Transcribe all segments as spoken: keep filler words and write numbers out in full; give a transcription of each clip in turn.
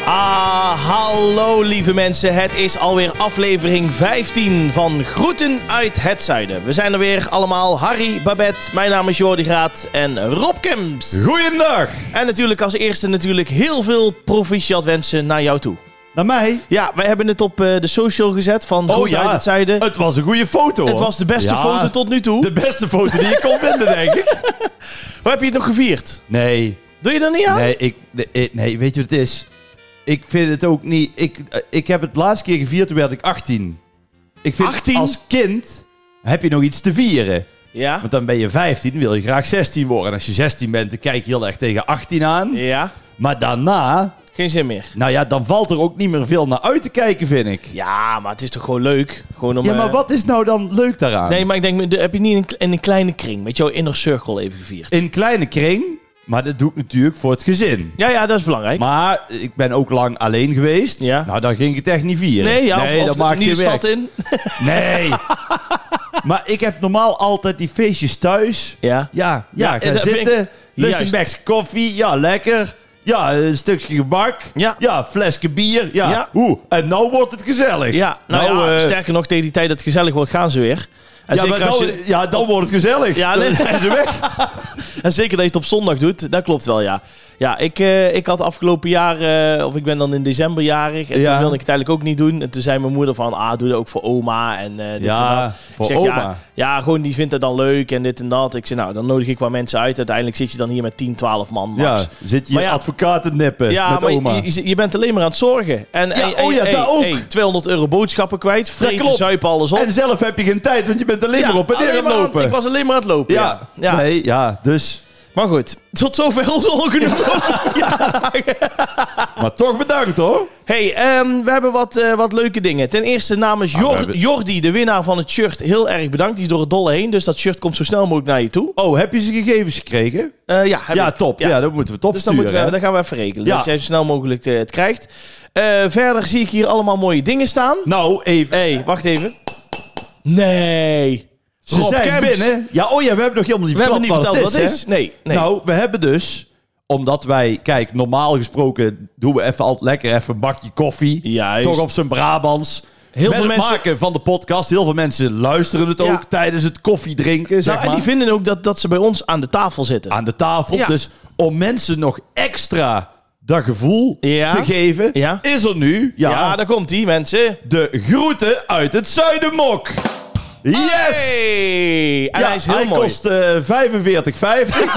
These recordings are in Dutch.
Ah, hallo lieve mensen. Het is alweer aflevering vijftien van Groeten uit het Zuiden. We zijn er weer allemaal. Harry, Babette, mijn naam is Jordi Graat en Rob Kemps. Goeiedag. En natuurlijk als eerste natuurlijk heel veel proficiat wensen naar jou toe. Naar mij? Ja, wij hebben het op uh, de social gezet van Groeten oh, ja. uit het Zuiden. Het was een goede foto. Het was de beste ja, foto tot nu toe. De beste foto die je kon vinden, denk ik. Hoe heb je het nog gevierd? Nee. Doe je er niet aan? Nee, ik, nee, nee, weet je wat het is? Ik vind het ook niet... Ik, ik heb het laatste keer gevierd, toen werd ik achttien. Ik vind achttien? Als kind heb je nog iets te vieren. Ja. Want dan ben je vijftien, wil je graag zestien worden. En als je zestien bent, dan kijk je heel erg tegen achttien aan. Ja. Maar daarna... Geen zin meer. Nou ja, dan valt er ook niet meer veel naar uit te kijken, vind ik. Ja, maar het is toch gewoon leuk? Gewoon om, Ja, maar uh... wat is nou dan leuk daaraan? Nee, maar ik denk, heb je niet in, in een kleine kring, met jouw inner circle even gevierd? In kleine kring, maar dat doe ik natuurlijk voor het gezin. Ja, ja, dat is belangrijk. Maar ik ben ook lang alleen geweest. Ja. Nou, dan ging ik het echt niet vieren. Nee, ja, nee of, dat of maakt niet de geen stad werk. in. Nee. Maar ik heb normaal altijd die feestjes thuis. Ja. Ja, ja, Ja, gaan dat vind zitten. ik- Lust juist. een bakje koffie. Ja, lekker. Ja, een stukje gebak. Ja. Ja, flesje bier. Ja. Ja. Oeh, en nou wordt het gezellig. Ja, nou, Nou, ja, eh, sterker nog, tegen die tijd dat het gezellig wordt, gaan ze weer. En, Ja, zeker, maar als dan, je, ja, dan wordt het gezellig. Ja, Dan nee. zijn ze weg. en zeker dat je het op zondag doet, dat klopt wel, ja. Ja, ik, uh, ik had afgelopen jaar, uh, of ik ben dan in december jarig, en Ja. toen wilde ik het eigenlijk ook niet doen. En toen zei mijn moeder van, ah, doe dat ook voor oma en uh, dit en Ja, dat. voor Ik zeg, oma. Ja, ja, gewoon die vindt het dan leuk en dit en dat. Ik zei, nou, dan nodig ik wat mensen uit. Uiteindelijk zit je dan hier met tien, twaalf man max. Ja, zit je Maar je ja. advocaat te nippen Ja, met maar oma. je, je, je bent alleen maar aan het zorgen. En, Ja, en- oh ja, en- dat hey, ook. hey, tweehonderd euro boodschappen kwijt, vreten, klopt. zuipen, alles op. En zelf heb je geen tijd, want je bent alleen Ja, maar op en neer alleen aan maar het aan- lopen. Ik was alleen maar aan het lopen, ja. ja. ja. Nee, ja, dus... Maar goed, tot zover ons ongenoeg. Maar toch bedankt, hoor. Hey, ehm, we hebben wat, uh, wat leuke dingen. Ten eerste namens Ah, we Jor- hebben- Jordi, de winnaar van het shirt, heel erg bedankt. Die is door het dolle heen, dus dat shirt komt zo snel mogelijk naar je toe. Oh, heb je zijn gegevens gekregen? Uh, ja, heb Ja, ik. top. Ja. dan moeten we top Dus dan, sturen. moeten we, hè? dan gaan we even regelen, Ja. dat jij zo snel mogelijk uh, het krijgt. Uh, verder zie ik hier allemaal mooie dingen staan. Nou, even. Hé, hey, wacht even. Nee. Ze Rob zijn Kemps. binnen. Ja, oh ja, we hebben nog helemaal niet We hebben verklapt niet verteld wat het hè? is. Nee, nee. Nou, we hebben dus... Omdat wij... Kijk, normaal gesproken doen we even altijd lekker even een bakje koffie. Juist. Toch op zijn Brabants. Heel Met veel het mensen... maken van de podcast. Heel veel mensen luisteren het ook Ja. tijdens het koffiedrinken, zeg Nou, en maar. die vinden ook dat, dat ze bij ons aan de tafel zitten. Aan de tafel. Ja. Dus om mensen nog extra dat gevoel Ja. te geven, Ja. is er nu ja, Ja, daar komt die mensen. de groeten uit het Zuidermok. Yes! Hey! En Ja, hij is heel mooi. kost uh, vijfenveertig vijftig.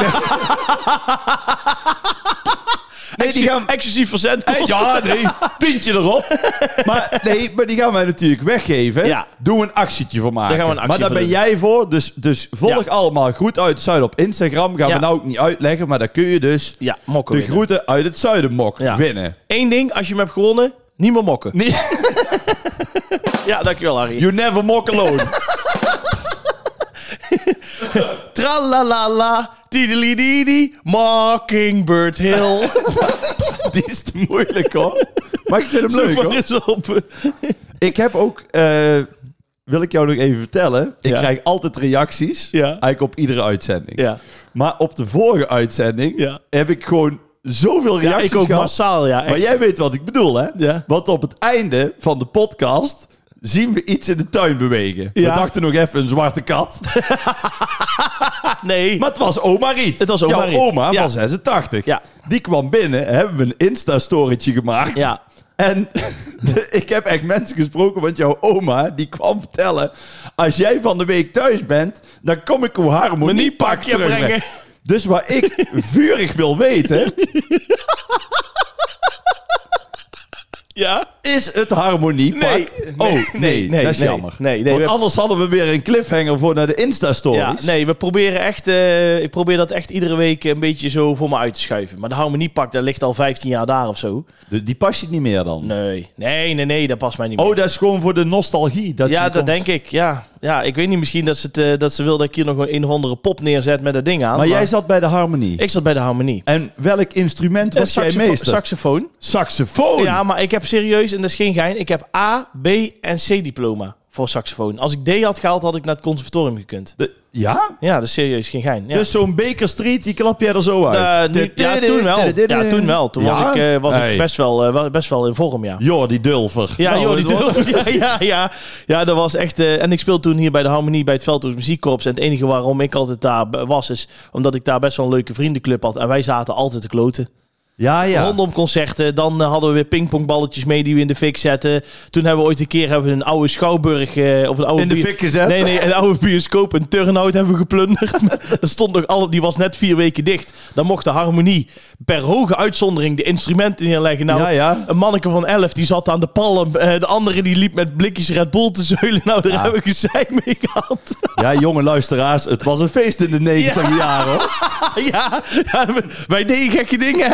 Nee, die gaan... Exclusief verzend. Hey, ja, nee, tientje erop. Maar nee, maar die gaan wij natuurlijk weggeven. Ja. Doe een actietje voor maken. Daar gaan we een actie maar daar voor ben doen. jij voor. Dus, dus volg Ja. allemaal Groet uit het Zuiden op Instagram. Gaan Ja. we nou ook niet uitleggen, maar daar kun je dus Ja, mokken de winnen. groeten uit het Zuidermok Ja. winnen. Eén ding, als je hem hebt gewonnen, niet meer mokken. Nee, Ja, dankjewel Harry. you never mock alone. Tralalala, tidelididi, Mockingbird Hill. Die is te moeilijk, hoor. Maar ik vind hem Zoek leuk, maar hoor. eens op. Ik heb ook... eh, wil ik jou nog even vertellen. Ik Ja. krijg altijd reacties. Ja. Eigenlijk op iedere uitzending. Ja. Maar op de vorige uitzending Ja. heb ik gewoon zoveel Ja, reacties ik ook gehad. massaal, ja. Maar Echt. jij weet wat ik bedoel, hè? Ja. Want op het einde van de podcast zien we iets in de tuin bewegen. We Ja. dachten nog even een zwarte kat. Nee. Maar het was oma Riet. Het was oma Jouw Riet. oma Ja. van zesentachtig. Ja. Die kwam binnen, hebben we een Insta-storytje gemaakt. Ja. En de- ik heb echt mensen gesproken, want jouw oma, die kwam vertellen... Als jij van de week thuis bent, dan kom ik uw harmoniepakje Harmoniepakje brengen. brengen. Dus waar ik vurig wil weten, Ja? is het harmoniepak. Nee. Oh, nee, nee, nee, dat is nee. jammer. Nee, nee, Want we- anders hadden we weer een cliffhanger voor naar de Ja, Insta-stories. nee, we proberen echt... eh, ik probeer dat echt iedere week een beetje zo voor me uit te schuiven. Maar de harmoniepak, dat ligt al vijftien jaar daar of zo. De- die past je niet meer dan? Nee, nee, nee, nee, dat past mij niet meer. Oh, dat is gewoon voor de nostalgie. Dat ja, je dat komt- denk ik, ja. Ja, ik weet niet, misschien dat ze, het, eh, dat ze wil dat ik hier nog een, een of andere pop neerzet met dat ding aan. Maar jij zat bij de harmonie. Ik zat bij de harmonie. En welk instrument was Een jij saxofo- meester? Saxofoon. Saxofoon? Ja, maar ik heb serieus, en dat is geen gein, ik heb A, B en C diploma voor saxofoon. Als ik D had gehaald, had ik naar het conservatorium gekund. De, ja? Ja, dat is serieus, geen gein. Ja. Dus zo'n Baker Street, die klap jij er zo uit? Uh, nu, ja, toen wel. Ja, toen wel. Toen ja? was, ik, uh, was hey. ik best wel, uh, best wel in vorm, ja. Joh, die Dulver. Ja, nou, joh, die Dulver. Ja, ja, ja. ja, dat was echt... Uh, en ik speelde toen hier bij de Harmonie bij het Veldhoes Muziekkorps. En het enige waarom ik altijd daar was, is omdat ik daar best wel een leuke vriendenclub had. En wij zaten altijd te kloten. Ja, ja. Rondom concerten. Dan uh, hadden we weer pingpongballetjes mee die we in de fik zetten. Toen hebben we ooit een keer hebben we een oude Schouwburg... Uh, of een oude in de fik gezet? Nee, nee, een oude bioscoop, een Turnhout hebben we geplunderd. Er stond nog alle, die was net vier weken dicht. Dan mocht de Harmonie per hoge uitzondering de instrumenten neerleggen. Nou, ja, ja. Een manneke van elf, die zat aan de palm. Uh, de andere die liep met blikjes Red Bull te zeulen. Nou, daar ja. hebben we gezeik mee gehad. Ja, jonge luisteraars, het was een feest in de negentig ja. jaar, hoor. ja, ja, wij deden gekke dingen.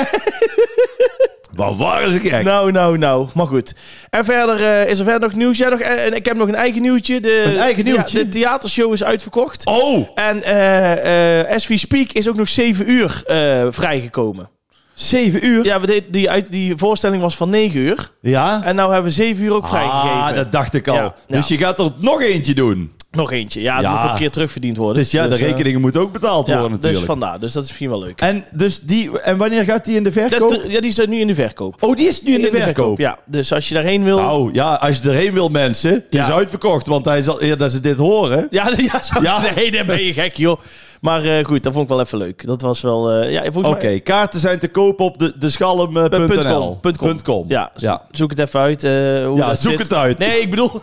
Wat waren ze gek? Nou, nou, nou. Maar goed. En verder uh, is er verder nog nieuws. Ja, nog, en ik heb nog een eigen nieuwtje. De, een eigen nieuwtje? Ja, de theatershow is uitverkocht. Oh! En uh, uh, as we speak is ook nog zeven uur uh, vrijgekomen. Zeven uur? Ja, we deden die, uit, die voorstelling was van negen uur. Ja? En nou hebben we zeven uur ook ah, vrijgegeven. Ah, dat dacht ik al. Ja, dus ja. je gaat er nog eentje doen? Nog eentje. Ja, dat ja. moet ook een keer terugverdiend worden. Dus ja, dus, de rekeningen uh, moeten ook betaald ja, worden natuurlijk. Dus vandaar. Dus dat is misschien wel leuk. En, dus die, en wanneer gaat die in de verkoop? De, ja, die is nu in de verkoop. Oh, die is nu in, in de, de verkoop. verkoop? Ja, dus als je daarheen wil... Nou, ja, als je erheen wil, mensen. Die ja. is uitverkocht, want hij zal eerder dat ze dit horen. Ja, ja, zou ja. Ze, nee, dan ben je gek, joh. Maar uh, goed, dat vond ik wel even leuk. Dat was wel... Uh, ja, Oké, okay, mij... kaarten zijn te koop op de, de schalm punt n l. .com. Ja, ja, zoek het even uit. Uh, hoe ja, dat zoek zit. het uit. Nee, ik bedoel...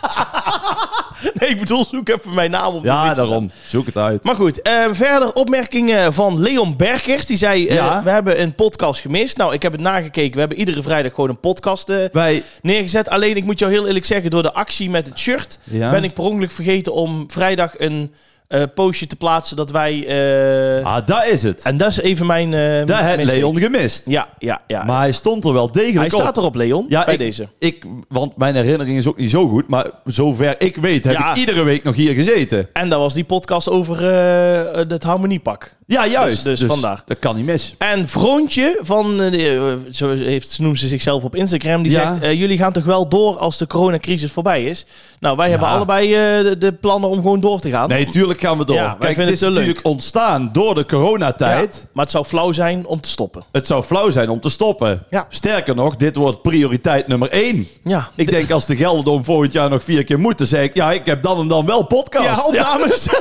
nee, ik bedoel, zoek even mijn naam op de Ja, daarom. Zoek het uit. Maar goed, uh, verder opmerkingen van Leon Bergers. Die zei, uh, ja. we hebben een podcast gemist. Nou, ik heb het nagekeken. We hebben iedere vrijdag gewoon een podcast uh, Wij... neergezet. Alleen, ik moet jou heel eerlijk zeggen, door de actie met het shirt... Ja. ben ik per ongeluk vergeten om vrijdag een... Uh, postje te plaatsen dat wij... Uh... Ah, daar is het. En dat is even mijn... Uh, daar heeft Leon gemist. Ja, ja, ja. Maar hij stond er wel degelijk hij op. Hij staat erop, Leon, ja, bij ik, deze. Ik, want mijn herinnering is ook niet zo goed, maar zover ik weet heb ja. ik iedere week nog hier gezeten. En dat was die podcast over uh, het harmoniepak. Ja, juist. Dus, dus, dus vandaar. Dat kan niet mis. En Vroontje, van, uh, zo heeft, noemt ze zichzelf op Instagram, die ja. zegt... Uh, jullie gaan toch wel door als de coronacrisis voorbij is? Nou, wij ja. hebben allebei uh, de, de plannen om gewoon door te gaan. Nee, tuurlijk gaan we door. Ja, Kijk, het is het natuurlijk leuk. ontstaan door de coronatijd. Ja, maar het zou flauw zijn om te stoppen. Het zou flauw zijn om te stoppen. Ja. Sterker nog, dit wordt prioriteit nummer één. Ja. Ik denk als de Gelderdoom volgend jaar nog vier keer moet, dan zeg ik... Ja, ik heb dan en dan wel podcast. Ja, opnames. Ja.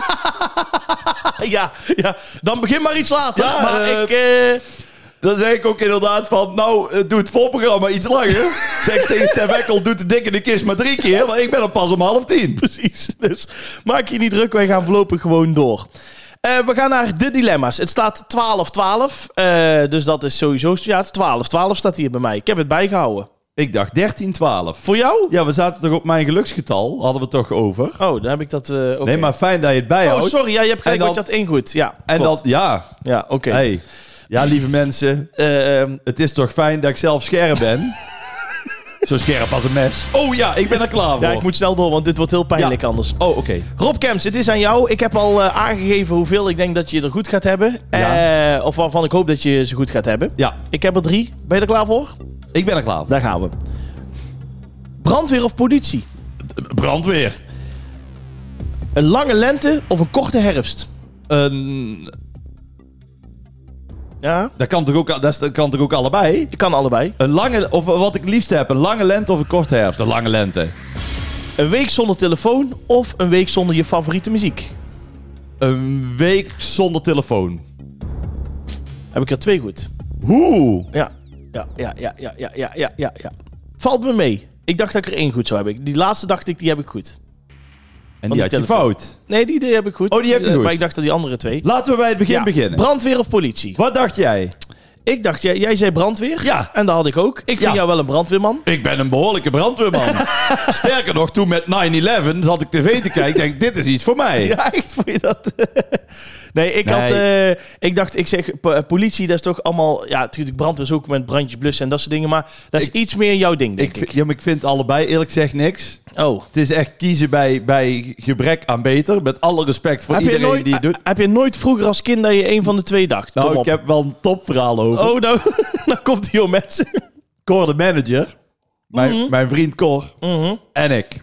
ja, ja, dan begin maar iets later. Ja, maar uh, ik... Uh... Dan zeg ik ook inderdaad van... Nou, uh, doe het voorprogramma iets langer. Zeg tegen Stef Ekkel, doet de dikke de kist maar drie keer. Want ik ben er pas om half tien. Precies. Dus maak je niet druk. Wij gaan voorlopig gewoon door. Uh, we gaan naar de dilemma's. Het staat twaalf twaalf. Uh, dus dat is sowieso... Ja, twaalf twaalf staat hier bij mij. Ik heb het bijgehouden. Ik dacht dertien twaalf. Voor jou? Ja, we zaten toch op mijn geluksgetal. Hadden we het toch over. Oh, dan heb ik dat... Uh, okay. Nee, maar fijn dat je het bijhoudt. Oh, sorry. Ja, je hebt gelijk, want je had één goed. Ja, en dat, ja. Ja, oké. Okay. Hey. Ja, lieve mensen. Uh, um, het is toch fijn dat ik zelf scherp ben. Zo scherp als een mes. Oh ja, ik ben er klaar voor. Ja, ik moet snel door, want dit wordt heel pijnlijk ja. anders. Oh, oké. Okay. Rob Kemps, het is aan jou. Ik heb al uh, aangegeven hoeveel ik denk dat je er goed gaat hebben. Ja. Uh, of waarvan ik hoop dat je ze goed gaat hebben. Ja. Ik heb er drie. Ben je er klaar voor? Ik ben er klaar voor. Daar gaan we. Brandweer of politie? Brandweer. Een lange lente of een korte herfst? Een... Ja? Dat kan toch ook, dat kan toch ook allebei? Je kan allebei. Een lange, of wat ik liefst heb, een lange lente of een korte herfst? Een lange lente. Een week zonder telefoon of een week zonder je favoriete muziek? Een week zonder telefoon. Heb ik er twee goed. Hoe? Ja. Ja, ja, ja, ja, ja, ja, ja, ja, ja. Valt me mee. Ik dacht dat ik er één goed zou hebben. Die laatste dacht ik, die heb ik goed. En die had je fout? Nee, die, die heb ik goed. Oh, die heb je goed. Maar ik dacht dat die andere twee. Laten we bij het begin ja. beginnen. Brandweer of politie? Wat dacht jij? Ik dacht, jij, jij zei brandweer. Ja. En dat had ik ook. Ik vind ja. jou wel een brandweerman. Ik ben een behoorlijke brandweerman. Sterker nog, toen met nine eleven zat ik tv te kijken. Ik denk, dit is iets voor mij. Ja, echt voor je dat. nee, ik nee. had... Uh, ik dacht, ik zeg, politie, dat is toch allemaal... Ja, natuurlijk brandweer is ook met brandjes blussen en dat soort dingen. Maar dat is ik, iets meer jouw ding, denk ik. ik. Ja, maar ik vind allebei eerlijk gezegd niks. Oh. Het is echt kiezen bij, bij gebrek aan beter. Met alle respect voor heb iedereen nooit, die het doet. Heb je nooit vroeger als kind dat je een van de twee dacht? Nou, Kom ik op. heb wel een topverhaal over. Oh, nou, nou komt hij op mensen. Cor de manager. Mijn, mm-hmm. mijn vriend Cor. Mm-hmm. En ik.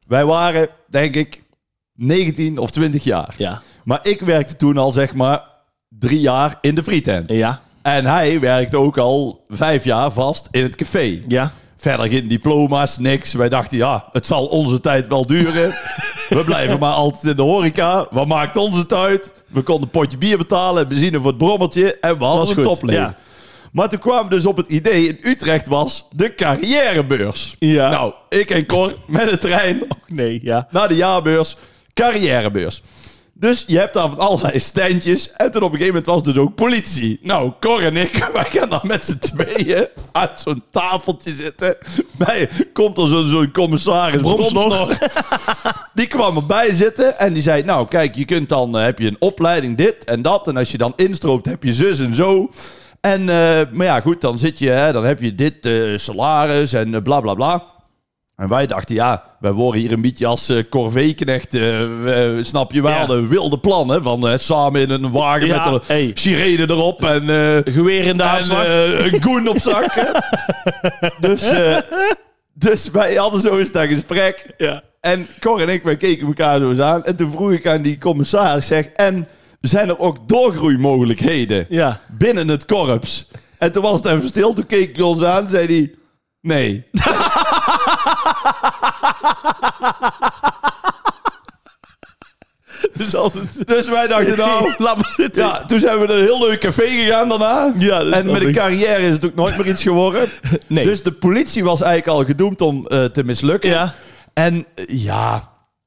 Wij waren, denk ik, negentien of twintig jaar. Ja. Maar ik werkte toen al, zeg maar, drie jaar in de frietent. Ja. En hij werkte ook al vijf jaar vast in het café. Ja. Verder geen diploma's, niks. Wij dachten, ja, het zal onze tijd wel duren. We blijven maar altijd in de horeca. Wat maakt ons het uit? We konden een potje bier betalen, benzine voor het brommeltje en we hadden een topleven. Ja. Maar toen kwamen we dus op het idee, in Utrecht was de carrièrebeurs. Ja. Nou, ik en Cor met de trein Nee, ja. naar de jaarbeurs, carrièrebeurs. Dus je hebt daar van allerlei standjes. En toen op een gegeven moment was dus ook politie. Nou, Cor en ik, wij gaan dan met z'n tweeën aan zo'n tafeltje zitten. Bij komt er zo'n zo'n commissaris Bromsnor. Bromsnor. Die kwam erbij zitten en die zei... Nou, kijk, je kunt dan, uh, heb je een opleiding dit en dat. En als je dan instroomt, heb je zus en zo. En, uh, maar ja, goed, dan zit je, hè, dan heb je dit uh, salaris en uh, bla bla bla. En wij dachten, ja, wij worden hier een beetje als uh, Corvée-knecht, uh, uh, snap je wel, Ja. de wilde plannen van uh, samen in een wagen Ja, met een hey. sirene erop en, uh, Geweer in de en aanslag. uh, een goen op zak. hè. dus, uh, dus wij hadden zo eens dat gesprek. Ja. En Cor en ik, wij keken elkaar zo eens aan. En toen vroeg ik aan die commissaris, zeg, en zijn er ook doorgroeimogelijkheden Ja. binnen het korps? En toen was het even stil, toen keek hij ons aan, zei hij, nee. Dus altijd... Dus wij dachten, nou, Laat me zitten. ja, toen zijn we naar een heel leuk café gegaan daarna. Ja, dat en snap met een ik. carrière is het ook nooit meer iets geworden. Nee. Dus de politie was eigenlijk al gedoemd om uh, te mislukken. Ja. En uh, ja,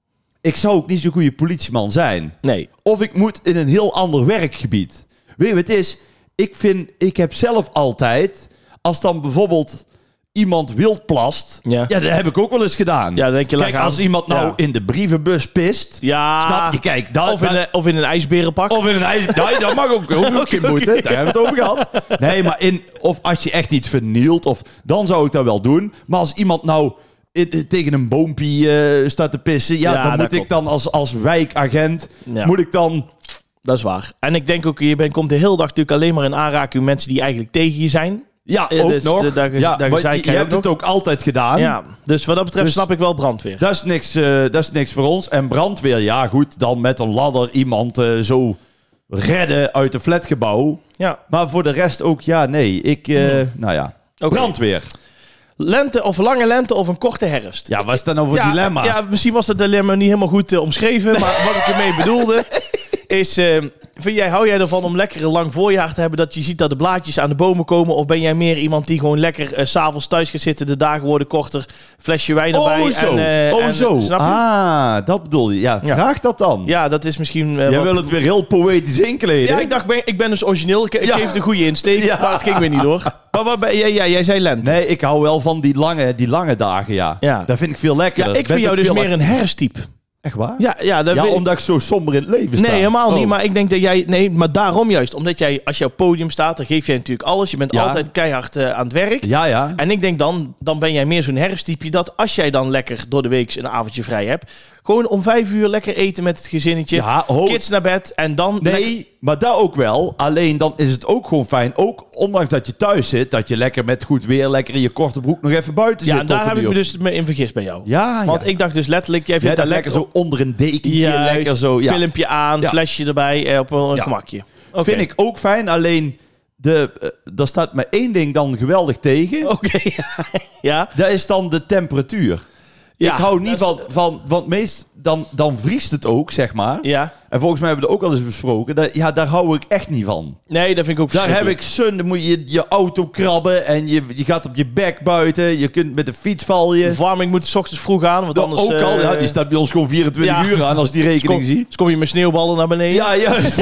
ik zou ook niet zo'n goede politieman zijn. Nee. Of ik moet in een heel ander werkgebied. Weet je wat het is? Ik vind, ik heb zelf altijd, als dan bijvoorbeeld iemand wild plast. Ja. Ja, dat heb ik ook wel eens gedaan. Ja, dan denk je, Kijk, laat gaan. als iemand nou Ja. in de brievenbus pist. Ja. Snap je? Kijk, dat, Of in, dat- een, of in een ijsberenpak. Of in een ijs... Nee, dat mag ook. Hoef ook geen moeite. Daar hebben we het over gehad. Nee, maar in... Of als je echt iets vernielt, of, dan zou ik dat wel doen. Maar als iemand nou in- tegen een boompje uh, staat te pissen... Ja, Ja, dan dat moet ik klopt. dan als, als wijkagent... Ja. Moet ik dan... Dat is waar. En ik denk ook, je bent, komt de hele dag natuurlijk alleen maar in aanraking met mensen die eigenlijk tegen je zijn. Ja, Eh, ook dus nog. de- dat ge- ja, dat want gezeik je, je krijg je hebt het ook altijd gedaan. Ja. Dus wat dat betreft Dus- snap ik wel brandweer. Dat is, niks, uh, dat is niks voor ons. En brandweer, ja goed, dan met een ladder iemand uh, zo redden uit een flatgebouw. Ja. Maar voor de rest ook, ja, nee. Ik, uh, nou ja, Oké. brandweer. Lente of een lange lente of een korte herfst. Ja, wat is dat nou voor ja, dilemma? Ja, misschien was dat dilemma niet helemaal goed eh, omschreven. Maar wat ik ermee bedoelde is... eh, vind jij, hou jij ervan om lekker een lang voorjaar te hebben... dat je ziet dat de blaadjes aan de bomen komen? Of ben jij meer iemand die gewoon lekker eh, 's s'avonds thuis gaat zitten... de dagen worden korter, flesje wijn erbij... Oh, zo. En, eh, oh, en, zo. Snap je? Ah, dat bedoel je. Ja, Ja. vraag dat dan. Ja, dat is misschien... eh, Jij wat- wil het weer heel poëtisch inkleden. Ja, ik dacht, ben- ik ben dus origineel. Ik, ik Ja. geef het een goede insteek, Ja. maar het ging weer niet door. Maar wat ben jij? Ja, jij zei lente. Nee, ik hou wel van die lange, die lange dagen, ja. Ja. Dat vind ik veel lekkerder. Ja, ik Ben vind jou ook dus veel meer een actief- herfsttype. Echt waar? Ja, ja, dat Ja, weet- omdat ik zo somber in het leven sta. Nee, helemaal Oh. niet. Maar ik denk dat jij... Nee, maar daarom juist. Omdat jij, als je op het podium staat, dan geef jij natuurlijk alles. Je bent Ja. altijd keihard eh, aan het werk. Ja, ja. En ik denk dan, dan ben jij meer zo'n herfsttype dat als jij dan lekker door de week een avondje vrij hebt, gewoon om vijf uur lekker eten met het gezinnetje, Ja, ho- kids naar bed en dan... lekker- Nee, maar dat ook wel. Alleen dan is het ook gewoon fijn. Ook ondanks dat je thuis zit, dat je lekker met goed weer, lekker in je korte broek nog even buiten Ja, zit. en tot daar een heb ik uur. me dus mee in vergist bij jou. Ja, Want ja. ik dacht dus letterlijk, jij Jij vindt dat dat lekker zo onder een dekentje, Juist, lekker zo. Ja. filmpje aan, Ja. flesje erbij, eh, op een Ja. gemakje. Oké. Vind ik ook fijn, alleen de, uh, daar staat me één ding dan geweldig tegen. Oké, ja. Dat is dan de temperatuur. Ja, ik hou niet dat van, van, want meest dan, dan vriest het ook, zeg maar. Ja. En volgens mij hebben we het ook al eens besproken. Dat, ja, daar hou ik echt niet van. Nee, dat vind ik ook Daar heb verschrikkelijk. ik zon, dan moet je je auto krabben en je, je gaat op je bek buiten. Je kunt met de fiets val je. De verwarming moet 's ochtends vroeg aan, want Dat anders... ook al, eh, ja, die staat bij ons gewoon vierentwintig ja. uur aan als die dus rekening kom, ziet. dus kom je met sneeuwballen naar beneden. Ja, juist.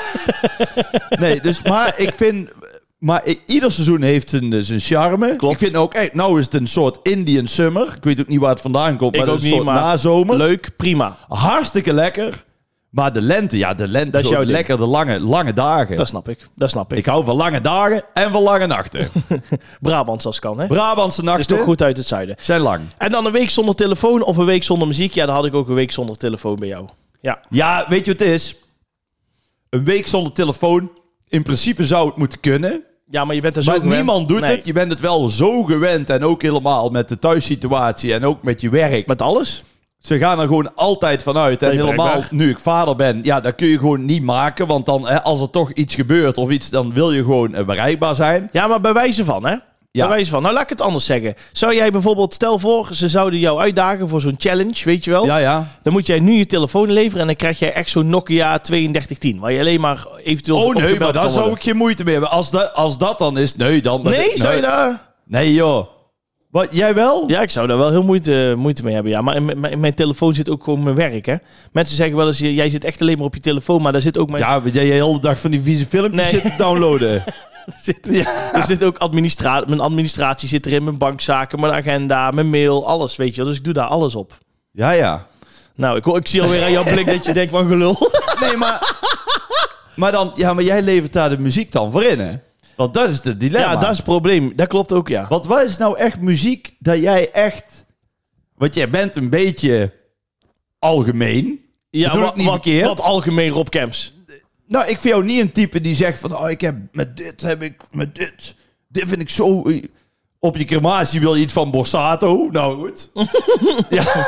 Nee, dus maar ik vind... Maar i- ieder seizoen heeft zijn, zijn charme. Klopt. Ik vind ook echt... Nou is het een soort Indian summer. Ik weet ook niet waar het vandaan komt, Ik maar ook het is een niet, soort maar nazomer. leuk, prima. Hartstikke lekker. Maar de lente, ja, de lente... Dat is zo jouw ding. lekker de lange, lange dagen. Dat snap ik, dat snap ik. Ik hou van lange dagen en van lange nachten. Brabants als kan, hè? Brabantse Het nachten is toch goed uit het zuiden. zijn lang. En dan een week zonder telefoon of een week zonder muziek. Ja, dan had ik ook een week zonder telefoon bij jou. Ja. Ja, weet je wat het is? Een week zonder telefoon. In principe zou het moeten kunnen. Ja, maar je bent er zo Maar gewend. niemand doet Nee. het. Je bent het wel zo gewend. En ook helemaal met de thuissituatie. En ook met je werk. Met alles? Ze gaan er gewoon altijd vanuit. En Nee, helemaal blijkbaar. nu ik vader ben, ja, dat kun je gewoon niet maken. Want dan, hè, als er toch iets gebeurt of iets, dan wil je gewoon uh, bereikbaar zijn. Ja, maar bij wijze van, hè? Ja. Bij wijze van. Nou, laat ik het anders zeggen. Zou jij bijvoorbeeld, stel voor, ze zouden jou uitdagen voor zo'n challenge, weet je wel? Ja, ja. Dan moet jij nu je telefoon leveren en dan krijg jij echt zo'n Nokia tweeëndertig tien. Waar je alleen maar eventueel Oh nee, opgebeld maar daar kan zou worden. ik geen moeite mee hebben. Als, dat als dat dan is, nee, dan... Nee, zou je daar... Nee, joh. Wat, jij wel? Ja, ik zou daar wel heel moeite, moeite mee hebben. Ja, maar in, m- in mijn telefoon zit ook gewoon mijn werk, hè. Mensen zeggen wel eens, j- jij zit echt alleen maar op je telefoon, maar daar zit ook mijn... Ja, jij de hele dag van die vieze filmpjes Nee. zit te downloaden. Er zit, er zit ook administra- mijn administratie zit erin, mijn bankzaken, mijn agenda, mijn mail, alles, weet je wel. Dus ik doe daar alles op. Ja, ja. Nou, ik, hoor- ik zie alweer aan jouw blik dat je denkt van gelul. Nee, maar... Maar dan... Ja, maar jij levert daar de muziek dan voor in, hè? Want dat is het dilemma. Ja, dat is het probleem. Dat klopt ook, ja. Want wat is nou echt muziek dat jij echt... Want jij bent een beetje algemeen. Ja, Bedoel ik wat, niet wat, verkeerd? wat algemeen Rob Kemps. Nou, ik vind jou niet een type die zegt van... Oh, ik heb met dit, heb ik met dit. Dit vind ik zo... Op je crematie wil je iets van Borsato. Nou, goed. Ja.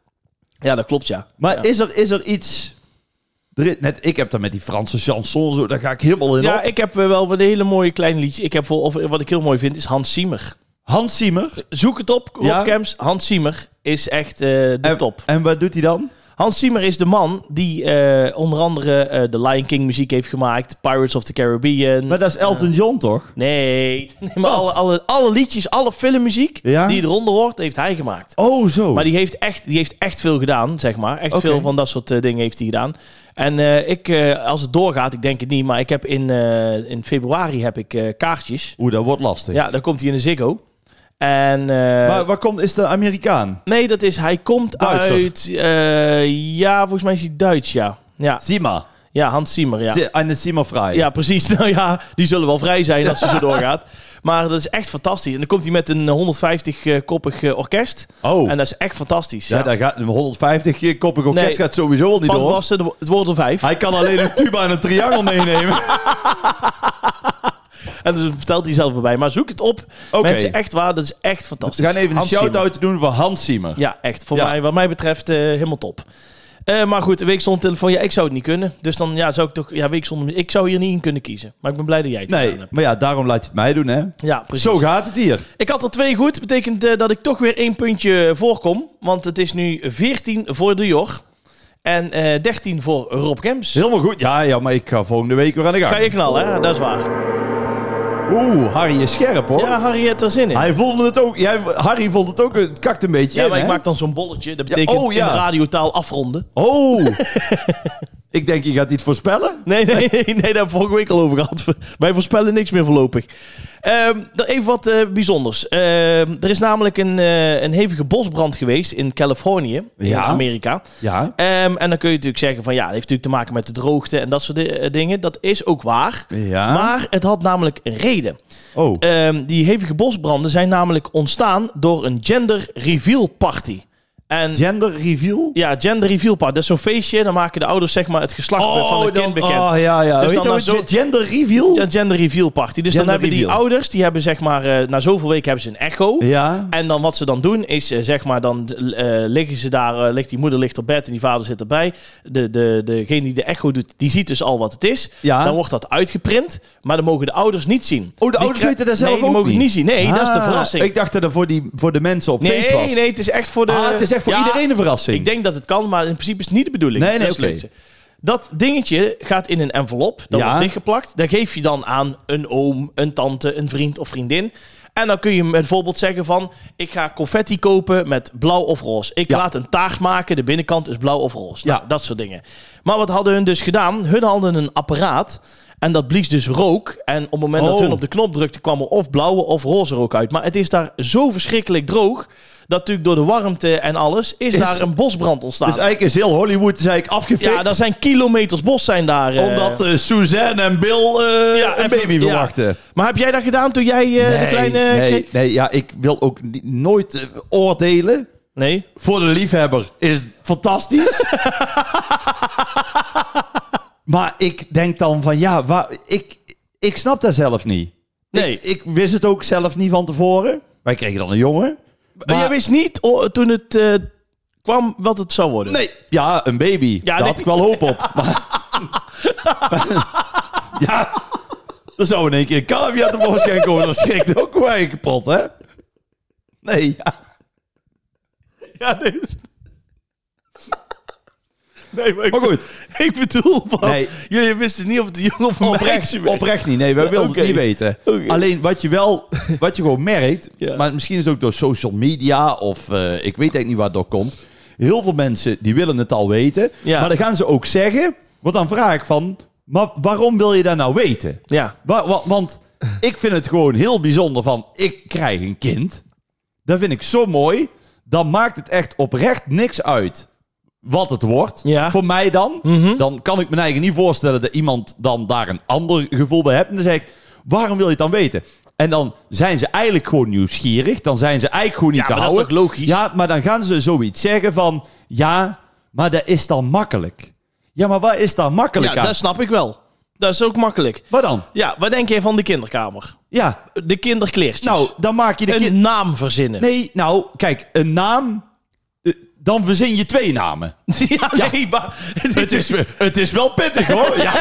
Ja, dat klopt, ja. Maar Ja. is, er, is er iets... Er is- net, ik heb dat met die Franse chanson, zo, daar ga ik helemaal in Ja, op. ik heb eh, wel een hele mooie kleine liedje. Ik heb voor, of, wat ik heel mooi vind, is Hans Zimmer. Hans Zimmer. Zoek het op, Rob Ja. Kemps. Hans Zimmer is echt eh, de En, top. en wat doet hij dan? Hans Zimmer is de man die eh, onder andere eh, de Lion King muziek heeft gemaakt. Pirates of the Caribbean. Maar dat is Elton John, toch? Nee, nee maar Wat? alle, alle, alle liedjes, alle filmmuziek Ja? die eronder hoort, heeft hij gemaakt. Oh, zo. Maar die heeft, echt, die heeft echt veel gedaan, zeg maar. Echt Oké. veel van dat soort eh, dingen heeft hij gedaan. En eh, ik, eh, als het doorgaat, ik denk het niet, maar ik heb in, eh, in februari heb ik eh, kaartjes. Oeh, dat wordt lastig. Ja, dan komt hij in de Ziggo. En, eh, Maar waar komt... Is de Amerikaan? nee, dat is, hij komt Duitser. uit, eh, ja, volgens mij is hij Duits, ja. Ja, Zimmer. ja Hans Zimmer, ja. Ja. Eine Zimmer vrij. Ja, precies. Nou ja, die zullen wel vrij zijn als hij zo doorgaat. Maar dat is echt fantastisch. En dan komt hij met een honderdvijftig-koppig uh, orkest. Oh. En dat is echt fantastisch. Ja, Ja, daar gaat een honderdvijftig-koppig orkest Nee. gaat sowieso al niet door. Padwassen, het wordt er vijf. Hij kan alleen een tuba en een triangel meenemen. En dus vertelt hij zelf erbij. Maar zoek het op. Oké. Mensen, echt waar. Dat is echt We fantastisch. gaan even een Hans Zimmer. shout-out doen voor Hans Zimmer. Ja, echt. Voor Ja. mij, wat mij betreft, eh, helemaal top. Eh, maar goed, een week zonder telefoon. Ja, ik zou het niet kunnen. Dus dan ja, zou ik toch... Ja, week zonder... Ik zou hier niet in kunnen kiezen. Maar ik ben blij dat jij het Nee, gedaan hebt. maar ja, daarom laat je het mij doen, hè. Ja, precies. Zo gaat het hier. Ik had er twee goed. Betekent eh, dat ik toch weer één puntje voorkom. Want het is nu veertien voor de Jor. En eh dertien voor Rob Kemps. Helemaal goed. Ja, ja, maar ik ga volgende week weer aan de gang. Ga je knallen, hè? Dat is waar. Oeh, Harry is scherp, hoor. Ja, Harry heeft er zin in. Hij vond het ook. Jij, Harry vond het ook. Het kakt een beetje Ja, in, maar ik hè? maak dan zo'n bolletje. Dat betekent oh, ja. in de radiotaal afronden. Oh. Ik denk, je gaat iets voorspellen. Nee, nee, nee, nee, daar hebben we vorige week al over gehad. Wij voorspellen niks meer voorlopig. Ehm, er even wat eh, bijzonders. Ehm, er is namelijk een, eh, een hevige bosbrand geweest in Californië, in Ja. Amerika. Ja. Ehm, en dan kun je natuurlijk zeggen van ja, dat heeft natuurlijk te maken met de droogte en dat soort di- eh, dingen. Dat is ook waar. Ja. Maar het had namelijk een reden. Oh. Ehm, die hevige bosbranden zijn namelijk ontstaan door een gender reveal party. En Gender reveal? ja, gender reveal party. Dat is zo'n feestje. Dan maken de ouders zeg maar het geslacht van het kind bekend. Oh, ja, ja. Dus Weet dan je na wat, zo- gender reveal? Een gender reveal party. Dus Gender dan hebben die reveal. ouders, die hebben zeg maar, eh, na zoveel weken hebben ze een echo. Ja. En dan wat ze dan doen is, eh, zeg maar, dan eh, liggen ze daar, eh, ligt die moeder ligt op bed en die vader zit erbij. De, de, degene die de echo doet, die ziet dus al wat het is. Ja. Dan wordt dat uitgeprint, maar dan mogen de ouders niet zien. Oh, de Die ouders kri- weten dat zelf nee, ook die mogen niet? het niet zien. Nee, dat is de Ah, verrassing. Ik dacht dat het voor, die, voor de mensen op feest was. Nee, nee, het is echt voor de... Ah, het is echt voor Ja, iedereen een verrassing. Ik denk dat het kan, maar in principe is het niet de bedoeling. Nee, nee, Dat is oké. het leukste. Dat dingetje gaat in een envelop. Dat Ja. wordt dichtgeplakt. Dat geef je dan aan een oom, een tante, een vriend of vriendin. En dan kun je bijvoorbeeld zeggen van... ik ga confetti kopen met blauw of roze. Ik Ja. laat een taart maken. De binnenkant is blauw of roze. Nou, Ja. dat soort dingen. Maar wat hadden hun dus gedaan? Hun hadden een apparaat... En dat blies dus rook. En op het moment dat Oh. hun op de knop drukte... kwam er of blauwe of roze rook uit. Maar het is daar zo verschrikkelijk droog... dat natuurlijk door de warmte en alles... is, Is- daar een bosbrand ontstaan. Dus eigenlijk is heel Hollywood is eigenlijk afgefikt. Ja, daar zijn kilometers bos zijn daar. eh. Omdat eh, Suzanne en Bill eh, Ja, een even- baby ja. verwachten. Maar heb jij dat gedaan toen jij eh, de kleine... nee, kreeg? nee, ja, ik wil ook ni- nooit eh, oordelen. Nee? Voor de liefhebber is het fantastisch. Maar ik denk dan van, ja, waar, ik, ik snap dat zelf niet. Nee. Ik, ik wist het ook zelf niet van tevoren. Wij kregen dan een jongen. Maar jij wist niet oh, toen het... eh, kwam wat het zou worden. Nee, ja, een baby. Ja, Daar nee. had ik wel hoop op. Maar... ja, er zou in één keer een cavia tevoorschijn komen. Dat schrikt ook wel eigenlijk kapot, hè? Nee, ja. Ja, nee. Dus... nee, maar, ik, Maar goed. ik bedoel van... Nee. Jullie wisten niet of het een jongen of een Oprecht, meisje werd. oprecht niet. Nee, wij wilden Oké. het niet weten. Oké. Alleen wat je wel, wat je gewoon merkt, Ja. maar misschien is het ook door social media of uh, ik weet eigenlijk niet waar het door komt. Heel veel mensen die willen het al weten, Ja. maar dan gaan ze ook zeggen, want dan vraag ik van, maar waarom wil je dat nou weten? Ja. Wa- wa- want ik vind het gewoon heel bijzonder van, ik krijg een kind. Dat vind ik zo mooi. Dan maakt het echt oprecht niks uit wat het wordt. Ja. Voor mij dan. Mhm. Dan kan ik me eigenlijk niet voorstellen dat iemand dan daar een ander gevoel bij heeft. En dan zeg ik, waarom wil je het dan weten? En dan zijn ze eigenlijk gewoon nieuwsgierig. Dan zijn ze eigenlijk gewoon niet Ja, te maar dat is houden. toch logisch? Ja, maar dan gaan ze zoiets zeggen van, ja, maar dat is dan makkelijk. Ja, maar wat is daar makkelijk Ja, aan? dat snap ik wel. Dat is ook makkelijk. Wat dan? Ja, wat denk je van de kinderkamer? Ja, De kinderkleertjes. nou, dan maak je de een kind... naam verzinnen. Nee, nou, kijk, een naam... eh, Dan verzin je twee namen. ja, nee, maar... Het is, het is wel pittig, hoor. Ja.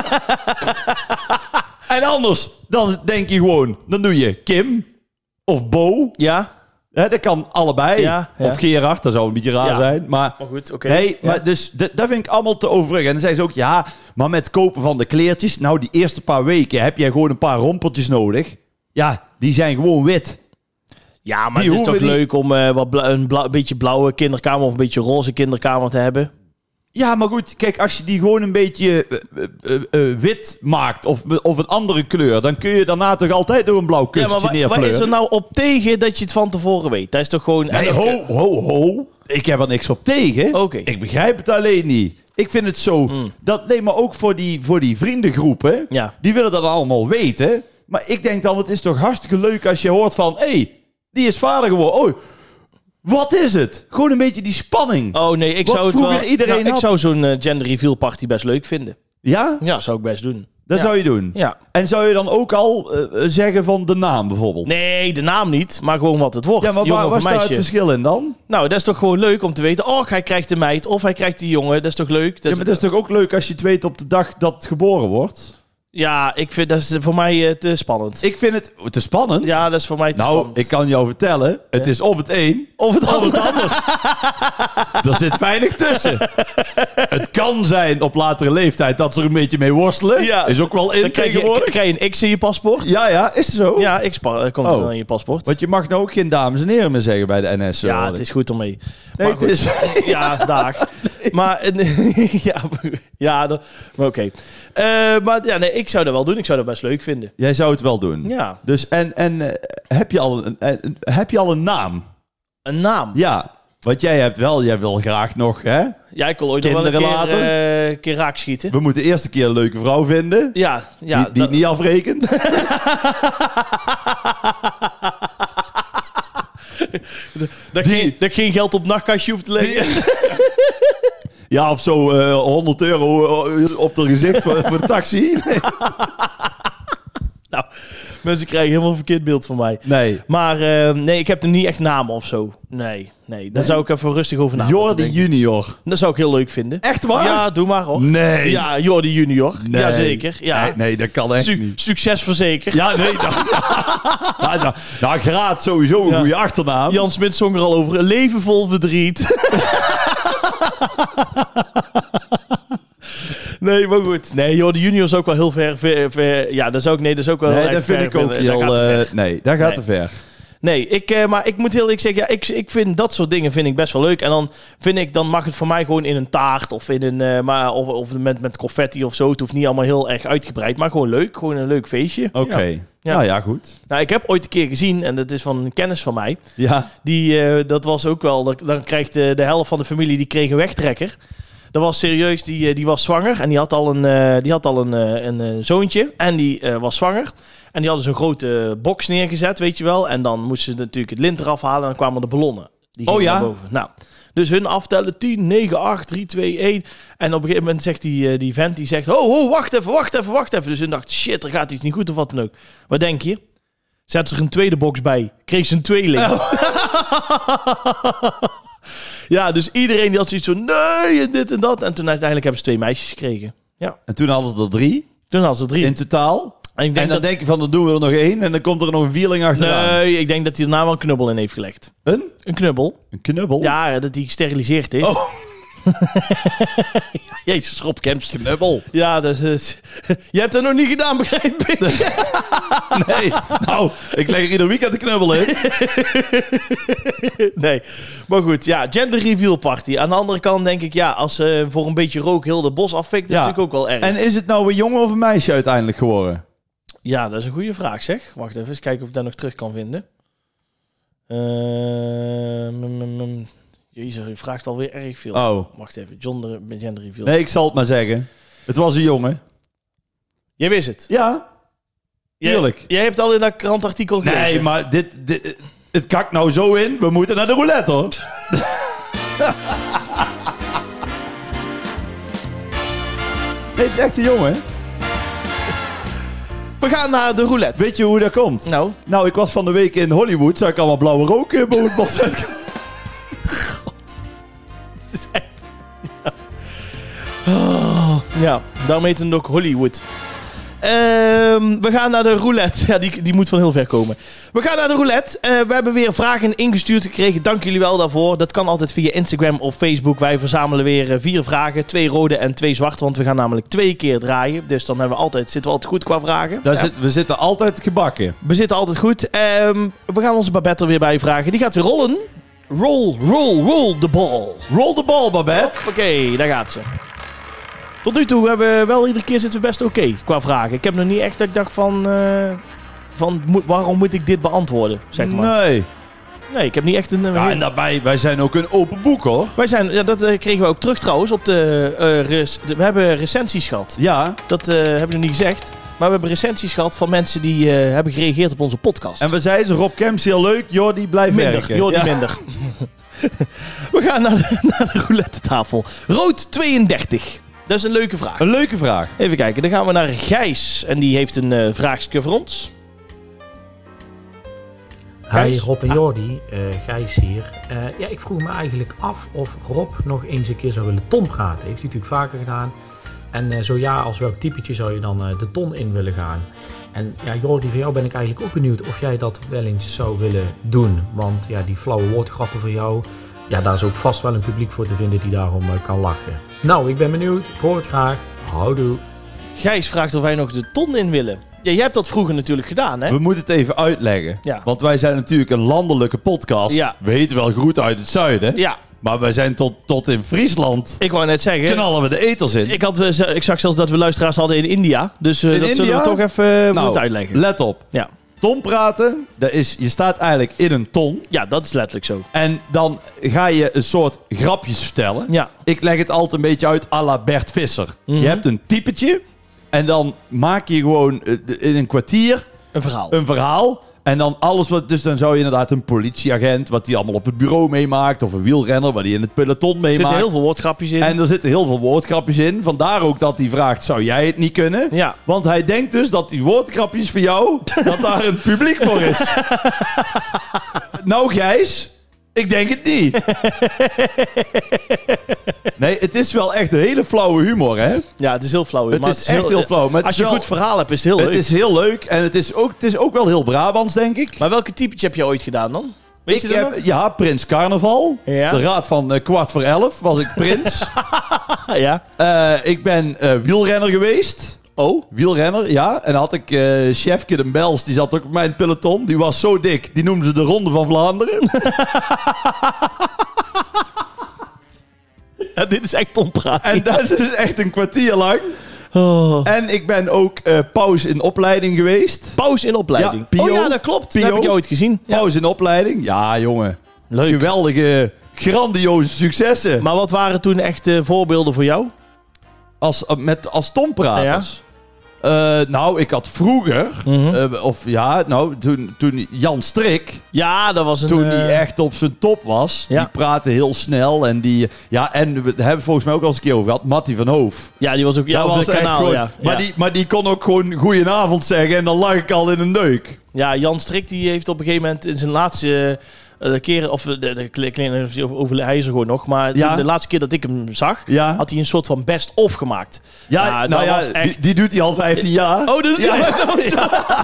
En anders, dan denk je gewoon... Dan doe je Kim of Bo. Ja, Hè, dat kan allebei. Ja, ja. Of Gerard, dat zou een beetje raar Ja. zijn. Maar, maar goed, oké. nee, Ja. maar dus, d- dat vind ik allemaal te overwegen. En dan zeggen ze ook, ja, maar met kopen van de kleertjes... Nou, die eerste paar weken heb jij gewoon een paar rompertjes nodig. Ja, die zijn gewoon wit. Ja, maar Die het is toch hoeven niet- leuk om eh, wat bla- een, bla- een beetje blauwe kinderkamer of een beetje roze kinderkamer te hebben? Ja, maar goed, kijk, als je die gewoon een beetje uh, uh, uh, uh, wit maakt of, of een andere kleur, dan kun je daarna toch altijd door een blauw Ja, kussentje maar wa- waar neerpleuren. is er nou op tegen dat je het van tevoren weet? Dat is toch gewoon... Nee, ho, ho, ho. Ik heb er niks op tegen. Oké. Ik begrijp het alleen niet. Ik vind het zo... Mm. Dat, nee, maar ook voor die, voor die vriendengroepen, Ja. die willen dat allemaal weten. Maar ik denk dan, het is toch hartstikke leuk als je hoort van... Hé, hey, die is vader geworden. Oh, wat is het? Gewoon een beetje die spanning. Oh nee, ik Wat zou het vroeger wel... iedereen nou, ik had. zou zo'n eh, gender reveal party best leuk vinden. Ja? Ja, zou ik best doen. Dat Ja. zou je doen. Ja. En zou je dan ook al uh, zeggen van de naam bijvoorbeeld? Nee, de naam niet, maar gewoon wat het wordt. Ja, maar jongen waar, of waar staat meisje. het verschil in dan? Nou, dat is toch gewoon leuk om te weten. Oh, hij krijgt de meid of hij krijgt die jongen. Dat is toch leuk? Dat Ja, maar dat is toch ook leuk als je het weet op de dag dat het geboren wordt? Ja, ik vind dat is voor mij eh, te spannend. Ik vind het te spannend. Ja, dat is voor mij te Nou, spannend. ik kan jou vertellen, het is of het een Of het of het ander. ander. Er zit weinig tussen. Het kan zijn op latere leeftijd dat ze er een beetje mee worstelen. Ja. Is ook wel in Dan krijg je, tegenwoordig. krijg je een X in je paspoort. Ja, ja, is het zo? Ja, X pa- komt Oh. er in je paspoort. Want je mag nou ook geen dames en heren meer zeggen bij de N S. Ja, hoor het ik. is goed om mee. Nee, Maar het is... Ja, dag. Maar, eh, ja, ja dat- maar oké. Eh, maar ja, nee, ik zou dat wel doen. Ik zou dat best leuk vinden. Jij zou het wel doen. Ja, Dus, en, en eh, heb, je al een, eh, heb je al een naam? een naam. Ja, want jij hebt wel, jij wil graag nog, hè? Ja, ik wil ooit nog wel een Kinderen keer, later? eh, een keer raak schieten. We moeten eerst een keer een leuke vrouw vinden. Ja, ja. die die dat- niet afrekent. dat, die- geen, dat ik geen geld op nachtkastje hoeft te leggen. Ja, of zo eh, honderd euro op de gezicht voor, voor de taxi. Nee. Nou, mensen krijgen helemaal een verkeerd beeld van mij. nee. Maar eh, nee, ik heb er niet echt namen of zo. Nee, nee. Daar Nee? zou ik even rustig over na. Jordi Junior. Dat zou ik heel leuk vinden. Echt waar? Ja, doe maar hoor. Nee. Ja, Jordi Junior. Nee. Jazeker. Ja. Nee, nee, dat kan echt Su- niet. Succes verzekerd. Ja, nee. Nou, nou, nou, nou, Graat sowieso een Ja. goede achternaam. Jan Smit zong er al over. Een leven vol verdriet. Nee, maar goed. Nee, Jordi Junior is ook wel heel ver. ver, ver ja, dat is ook, nee, dat is ook wel Nee, heel dat erg vind ver ik ook vinden. Dat heel... gaat te ver. eh, nee, dat gaat Nee. te ver. Nee, ik, eh, maar ik moet heel eerlijk zeggen, ja, ik, ik vind dat soort dingen vind ik best wel leuk. En dan vind ik, dan mag het voor mij gewoon in een taart of in een, eh, maar, of, of met, met confetti of zo. Het hoeft niet allemaal heel erg uitgebreid, maar gewoon leuk. Gewoon een leuk feestje. Oké. Ja. Ja. Nou ja, goed. Nou, ik heb ooit een keer gezien, en dat is van een kennis van mij. Ja. Die, eh, dat was ook wel, dat- dan krijgt de, de helft van de familie, die kreeg een wegtrekker. Dat was serieus, die, eh, die was zwanger en die had al een, eh, die had al een, eh, een eh, zoontje en die eh, was zwanger. En die hadden zo'n grote box neergezet, weet je wel. En dan moesten ze natuurlijk het lint eraf halen en dan kwamen de ballonnen. Die Oh gingen ja? naar boven. Nou, dus hun aftellen tien, negen, acht, drie, twee, één. En op een gegeven moment zegt die, eh, die vent, die zegt... Oh, oh, wacht even, wacht even, wacht even. Dus hun dachten, shit, er gaat iets niet goed of wat dan ook. Wat denk je? Zet ze er een tweede box bij. Kreeg ze een tweeling. Ja, dus iedereen die had zoiets van, nee, en dit en dat. En toen uiteindelijk hebben ze twee meisjes gekregen. Ja. En toen hadden ze er drie. Toen hadden ze drie. In totaal. En, ik denk en dan dat... denk je van, dan doen we er nog één. En dan komt er nog een vierling achteraan. Nee, ik denk dat hij daarna wel een knubbel in heeft gelegd. Een? Een knubbel. Een knubbel? Ja, dat hij gesteriliseerd is. Oh. Jezus, Rob Kemps. Knubbel. Ja, dat is... Je hebt dat nog niet gedaan, begrijp ik. Nee, nou, ik leg er ieder weekend de knubbel in. Nee, maar goed, ja, gender reveal party. Aan de andere kant denk ik, ja, als ze uh, voor een beetje rook heel de bos afvikt, dat Ja. is natuurlijk ook wel erg. En is het nou een jongen of een meisje uiteindelijk geworden? Ja, dat is een goede vraag, zeg. Wacht even, eens kijken of ik dat nog terug kan vinden. Uh, mm, mm, mm. Jezus, je vraagt alweer erg veel. Oh. Wacht even, gender, gender reveal. Nee, ik zal het maar zeggen. Het was een jongen. Jij wist het? Ja, tuurlijk. Jij, jij hebt al in dat krantartikel gelezen. Nee, maar dit, dit, het kakt nou zo in. We moeten naar de roulette, hoor. Nee, het is echt een jongen. We gaan naar de roulette. Weet je hoe dat komt? Nou? Nou, ik was van de week in Hollywood. Zag ik allemaal blauwe rook uh, boven het bos uitkomen. Het is echt... Oh, ja, daarom heet het ook Hollywood. Um, we gaan naar de roulette. Ja, die, die moet van heel ver komen. We gaan naar de roulette. Uh, we hebben weer vragen ingestuurd gekregen. Dank jullie wel daarvoor. Dat kan altijd via Instagram of Facebook. Wij verzamelen weer uh, vier vragen. Twee rode en twee zwarte. Want we gaan namelijk twee keer draaien. Dus dan hebben we altijd, zitten we altijd goed qua vragen. Daar Ja. zit, we zitten altijd gebakken. We zitten altijd goed. Um, we gaan onze Babette er weer bij vragen. Die gaat weer rollen. Roll, roll, roll the ball. Roll the ball, Babette. Oké, daar gaat ze. Tot nu toe hebben we wel iedere keer zitten we best oké okay, qua vragen. Ik heb nog niet echt dat ik dacht van, uh, van mo- waarom moet ik dit beantwoorden, zeg maar. Nee. Nee, ik heb niet echt een... Ja, en daarbij, wij zijn ook een open boek, hoor. Wij zijn, ja, dat uh, kregen we ook terug trouwens op de, uh, res- de... We hebben recensies gehad. Ja. Dat uh, hebben we nog niet gezegd. Maar we hebben recensies gehad van mensen die uh, hebben gereageerd op onze podcast. En we zeiden ze, Rob Kemps, heel leuk. Jordi, blijf minder, werken. Jordi Ja. minder. We gaan naar de, naar de roulette tafel. Rood tweeëndertig. Dat is een leuke vraag. Een leuke vraag. Even kijken, dan gaan we naar Gijs. En die heeft een uh, vraagje voor ons. Hi Rob en Jordi, uh, Gijs hier. Uh, ja, ik vroeg me eigenlijk af of Rob nog eens een keer zou willen ton praten. Heeft hij natuurlijk vaker gedaan. En uh, zo ja, als welk typetje zou je dan uh, de ton in willen gaan? En ja, Jordi, van jou ben ik eigenlijk ook benieuwd of jij dat wel eens zou willen doen. Want ja, die flauwe woordgrappen van jou, ja, daar is ook vast wel een publiek voor te vinden die daarom uh, kan lachen. Nou, ik ben benieuwd. Ik hoor het graag. Houdoe. Gijs vraagt of wij nog de ton in willen. Ja, jij hebt dat vroeger natuurlijk gedaan, hè? We moeten het even uitleggen. Ja. Want wij zijn natuurlijk een landelijke podcast. Ja. We heten wel Groet uit het Zuiden. Ja, Maar wij zijn tot, tot in Friesland. ik wou net zeggen. Knallen we de eters in. Ik, had, uh, z- ik zag zelfs dat we luisteraars hadden in India. Dus uh, In dat zullen India? we toch even uh, Nou, moeten uitleggen. let op. Ja. Ton praten, dat is, je staat eigenlijk in een ton. ja, dat is letterlijk zo. En dan ga je een soort grapjes vertellen. Ja. Ik leg het altijd een beetje uit à la Bert Visser. Mhm. Je hebt een typetje. En dan maak je gewoon uh, in een kwartier Een verhaal. een verhaal. En dan alles wat... Dus dan zou je inderdaad een politieagent... wat die allemaal op het bureau meemaakt... of een wielrenner... wat die in het peloton Er meemaakt. zitten heel veel woordgrapjes in. En er zitten heel veel woordgrapjes in. Vandaar ook dat hij vraagt... zou jij het niet kunnen? Ja. Want hij denkt dus dat die woordgrapjes voor jou... dat daar een publiek voor is. Nou, Gijs... Ik denk het niet. Nee, het is wel echt een hele flauwe humor, hè? Ja, het is heel flauw. Het maar is echt heel flauw. Maar het Als is je een wel- goed verhaal hebt, is het heel Het leuk. is heel leuk en het is ook, het is ook wel heel Brabants, denk ik. Maar welke typetje heb je ooit gedaan dan? Weet je ik dat heb, ja, Prins Carnaval. Ja. De raad van eh, kwart voor elf was ik prins. nog? Ja. Eh, ik ben eh, wielrenner geweest. Oh? Wielrenner, ja. En dan had ik eh Chefke de Bels, die zat ook op mijn peloton. Die was zo dik, die noemden ze de Ronde van Vlaanderen. Ja, dit is echt onpraat. En dat is dus echt een kwartier lang. Oh. En ik ben ook eh paus in opleiding geweest. Pauze in opleiding. Ja, Pio. Oh ja, dat klopt. Pio. Dat heb ik je ooit gezien. Ja. Paus in opleiding. Ja, jongen. Leuk. Geweldige, grandioze successen. Maar wat waren toen echt uh, voorbeelden voor jou? Als, met, als tompraters. Uh, nou, ik had vroeger, Mhm. uh, of ja, nou, toen, toen Jan Strik, Ja, dat was een... toen uh, die echt op zijn top was, Ja. die praatte heel snel en die, ja, en we hebben het volgens mij ook al eens een keer over gehad, Mattie van Hoof. Ja, die was ook... Ja, Dat op was het echt kanaal, gewoon, ja. maar, ja. Die, maar die kon ook gewoon goedenavond zeggen en dan lag ik al in een deuk. Ja, Jan Strik die heeft op een gegeven moment in zijn laatste De keer, of de, de, de kleine, over, hij is er gewoon nog. Maar Ja. de, de laatste keer dat ik hem zag, Ja. had hij een soort van best-of gemaakt. Ja, Ja, nou dat ja, was echt- die, die doet hij al vijftien jaar. Oh, dat doet Ja, hij ja, ook zo.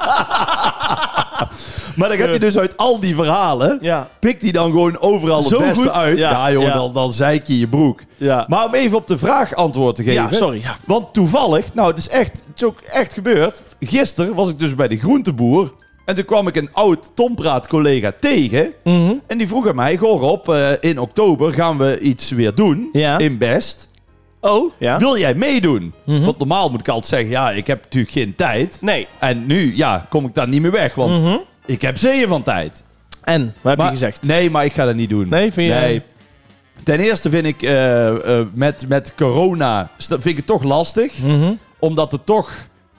Maar dan gaat hij dus uit al die verhalen, Ja. pikt hij dan gewoon overal het Zo beste goed. uit. Ja, Ja, joh, ja. Dan, dan zeik je je broek. Ja. Maar om even op de vraag antwoord te geven. Ja, sorry. Ja. Want toevallig, nou het is echt, het is ook echt gebeurd. Gisteren was ik dus bij de groenteboer. En toen kwam ik een oud Tompraat collega tegen. Mhm. En die vroeg aan mij, goh Rob, uh, in oktober gaan we iets weer doen. Ja. In Best. Oh, ja. Wil jij meedoen? Mhm. Want normaal moet ik altijd zeggen, ja, ik heb natuurlijk geen tijd. Nee. En nu, ja, kom ik daar niet meer weg. Want Mhm. ik heb zeeën van tijd. En, wat heb Maar- je gezegd? Nee, maar ik ga dat niet doen. Nee, vind je... Nee. Ten eerste vind ik eh, eh, met, met corona st- vind ik het toch lastig. Mhm. Omdat het toch...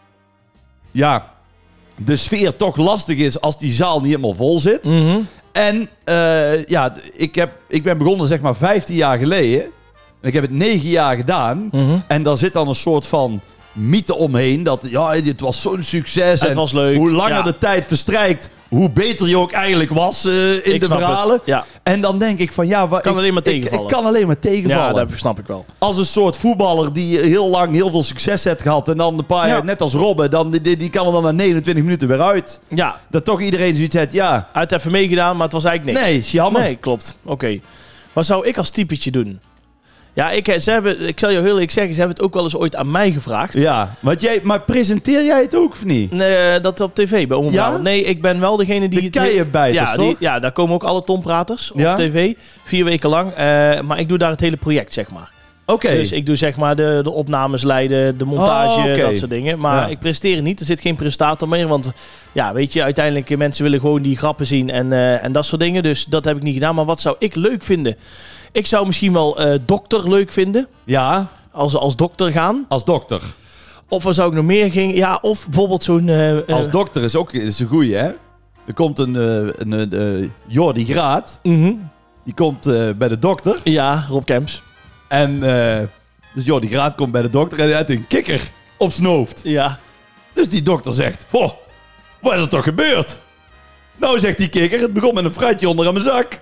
Ja, de sfeer toch lastig is als die zaal niet helemaal vol zit. Mhm. En eh, ja, ik, heb, ik ben begonnen zeg maar vijftien jaar geleden. En ik heb het negen jaar gedaan. Mhm. En daar zit dan een soort van mythe omheen. Dat ja, dit was zo'n succes. Het en was leuk. hoe langer Ja. de tijd verstrijkt, hoe beter je ook eigenlijk was eh, in Ik de snap verhalen. het. Ja. En dan denk ik van ja, waar, Kan ik, alleen maar ik- tegenvallen. Ik, kan alleen maar tegenvallen. Ja, dat snap ik wel. Als een soort voetballer die heel lang heel veel succes heeft gehad. En dan een paar Ja. jaar, net als Robben, dan, die, die kan er dan na negenentwintig minuten weer uit. Ja, Dat toch iedereen zoiets heeft, ja. hij had even meegedaan, maar het was eigenlijk niks. Nee, is jammer. Nee, klopt. Oké. Wat zou ik als typetje doen? Ja, ik, ze hebben, ik zal je heel eerlijk zeggen, ze hebben het ook wel eens ooit aan mij gevraagd. Ja, want jij, maar presenteer jij het ook of niet? Nee, dat op tv bij Omroep Ja? Brabant. Nee, ik ben wel degene die De het... keienbijters, ja, toch? die, ja, daar komen ook alle tompraters op Ja? tv. Vier weken lang. Eh, maar ik doe daar het hele project, zeg maar. Oké. Dus ik doe zeg maar de, de opnames leiden, de montage, Oh, oké. dat soort dingen. Maar Ja. ik presteer niet. Er zit geen presentator meer. Want ja, weet je, uiteindelijk eh, mensen willen gewoon die grappen zien en, eh, en dat soort dingen. Dus dat heb ik niet gedaan. Maar wat zou ik leuk vinden? Ik zou misschien wel eh, dokter leuk vinden. Ja, Als, als dokter gaan. als dokter. Of wat zou ik nog meer ging? Ja, of bijvoorbeeld zo'n... eh, eh, Als dokter is ook is een goeie, hè? Er komt een, eh, een, een eh, Jordi Graat. mhm. Die komt eh, bij de dokter. Ja, Rob Kemps. En eh, dus Jordi Graat komt bij de dokter en hij heeft een kikker op zijn hoofd. Ja. Dus die dokter zegt, oh, wat is er toch gebeurd? Nou, zegt die kikker, het begon met een fruitje onder aan mijn zak.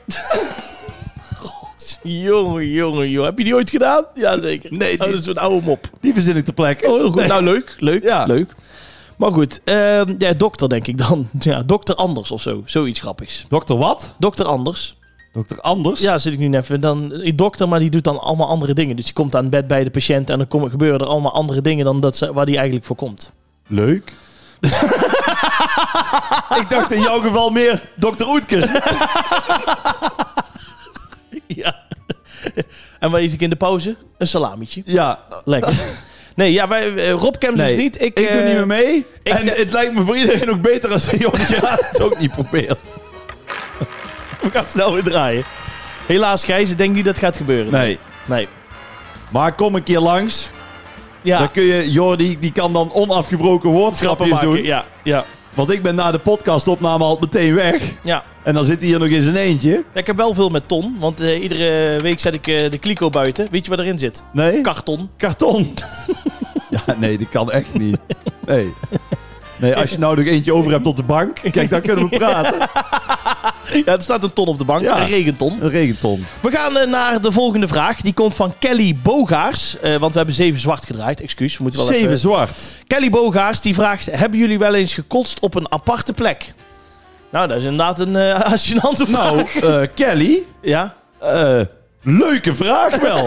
Jongen, jongen, jongen. Heb je die ooit gedaan? Jazeker. Nee, Oh, die- dat is zo'n oude mop. Die verzin ik ter plekke. Oh, heel goed. Nee. Nou, leuk. Leuk. Ja. Leuk. Maar goed. ehm, ja, dokter denk ik dan. Ja, dokter Anders of zo. Zoiets grappigs. Dokter wat? Dokter Anders. Dokter Anders? Ja, zit ik nu even. Dan, die dokter, maar die doet dan allemaal andere dingen. Dus die komt aan het bed bij de patiënt en dan komen, gebeuren er allemaal andere dingen dan dat ze, waar die eigenlijk voor komt. Leuk. Ik dacht in jouw geval meer dokter Oetker. Ja. En wat eet ik in de pauze? Een salamietje. Ja, Lekker. Nee, ja, wij, eh, Rob Kemps nee, dus niet. Ik, ik doe eh, niet meer mee. ik en de- het lijkt me voor iedereen ook beter als Jordi Graat het ook niet probeert. We gaan snel weer draaien. Helaas, Gijs, ik denk niet dat het gaat gebeuren. Nee. Nee. Maar kom een keer langs. Ja. Dan kun je, Jordi, die kan dan onafgebroken woordgrapjes Grappen doen. maken. Ja, ja, Want ik ben na de podcastopname al meteen weg. ja. En dan zit hij hier nog in zijn eentje. Ja, ik heb wel veel met ton, want eh, iedere week zet ik eh, de kliko buiten. Weet je wat erin zit? Nee? Karton. Karton. Ja, nee, dat kan echt niet. Nee. Nee, als je nou nog eentje over hebt op de bank, kijk, dan kunnen we praten. Ja, er staat een ton op de bank, Ja. een regenton. Een regenton. We gaan eh, naar de volgende vraag. Die komt van Kelly Bogaars. Eh, want we hebben zeven zwart gedraaid. Excuus, we moeten wel Zeven even... zwart. Kelly Bogaars die vraagt: hebben jullie wel eens gekotst op een aparte plek? Nou, dat is inderdaad een uh, gênante vraag. Nou, eh, Kelly, Ja? eh, leuke vraag wel.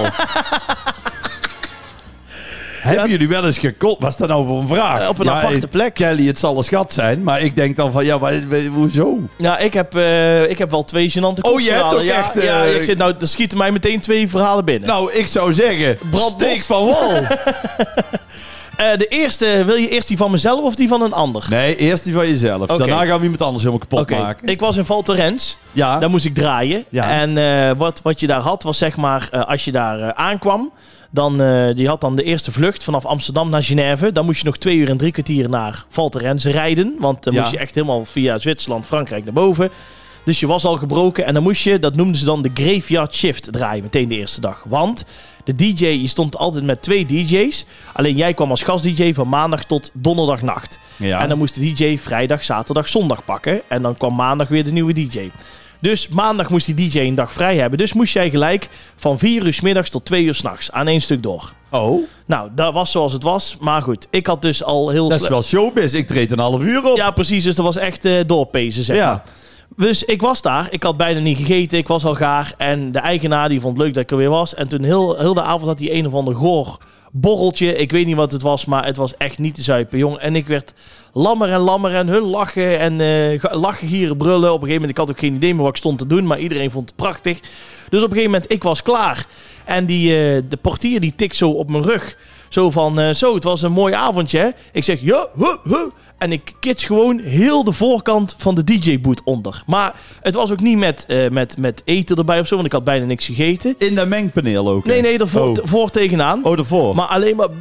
Hebben jullie wel eens gekot? Wat is dat nou voor een vraag? Eh, op een Ja, aparte eh, plek. Kelly, het zal een schat zijn, maar ik denk dan van, ja, maar, eh, hoezo? Nou, ik heb, eh, ik heb wel twee gênante Oh, je hebt kotsverhalen. ook ja, echt, eh, ja, ik zit nou, er schieten mij meteen twee verhalen binnen. Nou, ik zou zeggen, Brandbos. steek van wal. Eh, de eerste, wil je eerst die van mezelf of die van een ander? Nee, eerst die van jezelf. Oké. Daarna gaan we iemand anders helemaal kapot Oké, maken. ik was in Val Thorens. Ja, Daar moest ik draaien. Ja. En eh, wat, wat je daar had, was zeg maar, eh, als je daar eh, aankwam, dan eh, die had dan de eerste vlucht vanaf Amsterdam naar Genève. Dan moest je nog twee uur en drie kwartier naar Val Thorens rijden. Want dan Ja. moest je echt helemaal via Zwitserland, Frankrijk naar boven. Dus je was al gebroken en dan moest je, dat noemden ze dan de graveyard shift draaien, meteen de eerste dag. Want de D J, je stond altijd met twee D J's. Alleen jij kwam als gast-D J van maandag tot donderdagnacht. ja. En dan moest de D J vrijdag, zaterdag, zondag pakken. En dan kwam maandag weer de nieuwe D J. Dus maandag moest die D J een dag vrij hebben. Dus moest jij gelijk van vier uur 's middags tot twee uur 's nachts aan één stuk door. Oh. Nou, dat was zoals het was. Maar goed, ik had dus al heel... Dat is wel showbiz. Ik treed een half uur op. Ja, precies. Dus dat was echt uh, doorpezen, zeg ja. maar. Dus ik was daar. Ik had bijna niet gegeten. Ik was al gaar. En de eigenaar die vond het leuk dat ik er weer was. En toen heel, heel de avond had hij een of ander goor borreltje. Ik weet niet wat het was, maar het was echt niet te zuipen, jong. En ik werd lammer en lammer en hun lachen en uh, lachen, gieren, brullen. Op een gegeven moment, ik had ook geen idee meer wat ik stond te doen, maar iedereen vond het prachtig. Dus op een gegeven moment, ik was klaar. En die, uh, de portier die tikt zo op mijn rug. Zo van, uh, zo, het was een mooi avondje, hè? Ik zeg, ja, huh, huh. En ik kits gewoon heel de voorkant van de D J-boot onder. Maar het was ook niet met, uh, met, met eten erbij of zo, want ik had bijna niks gegeten. In dat mengpaneel ook? Nee, nee, ervoor oh. voor tegenaan. Oh, ervoor. Maar alleen maar...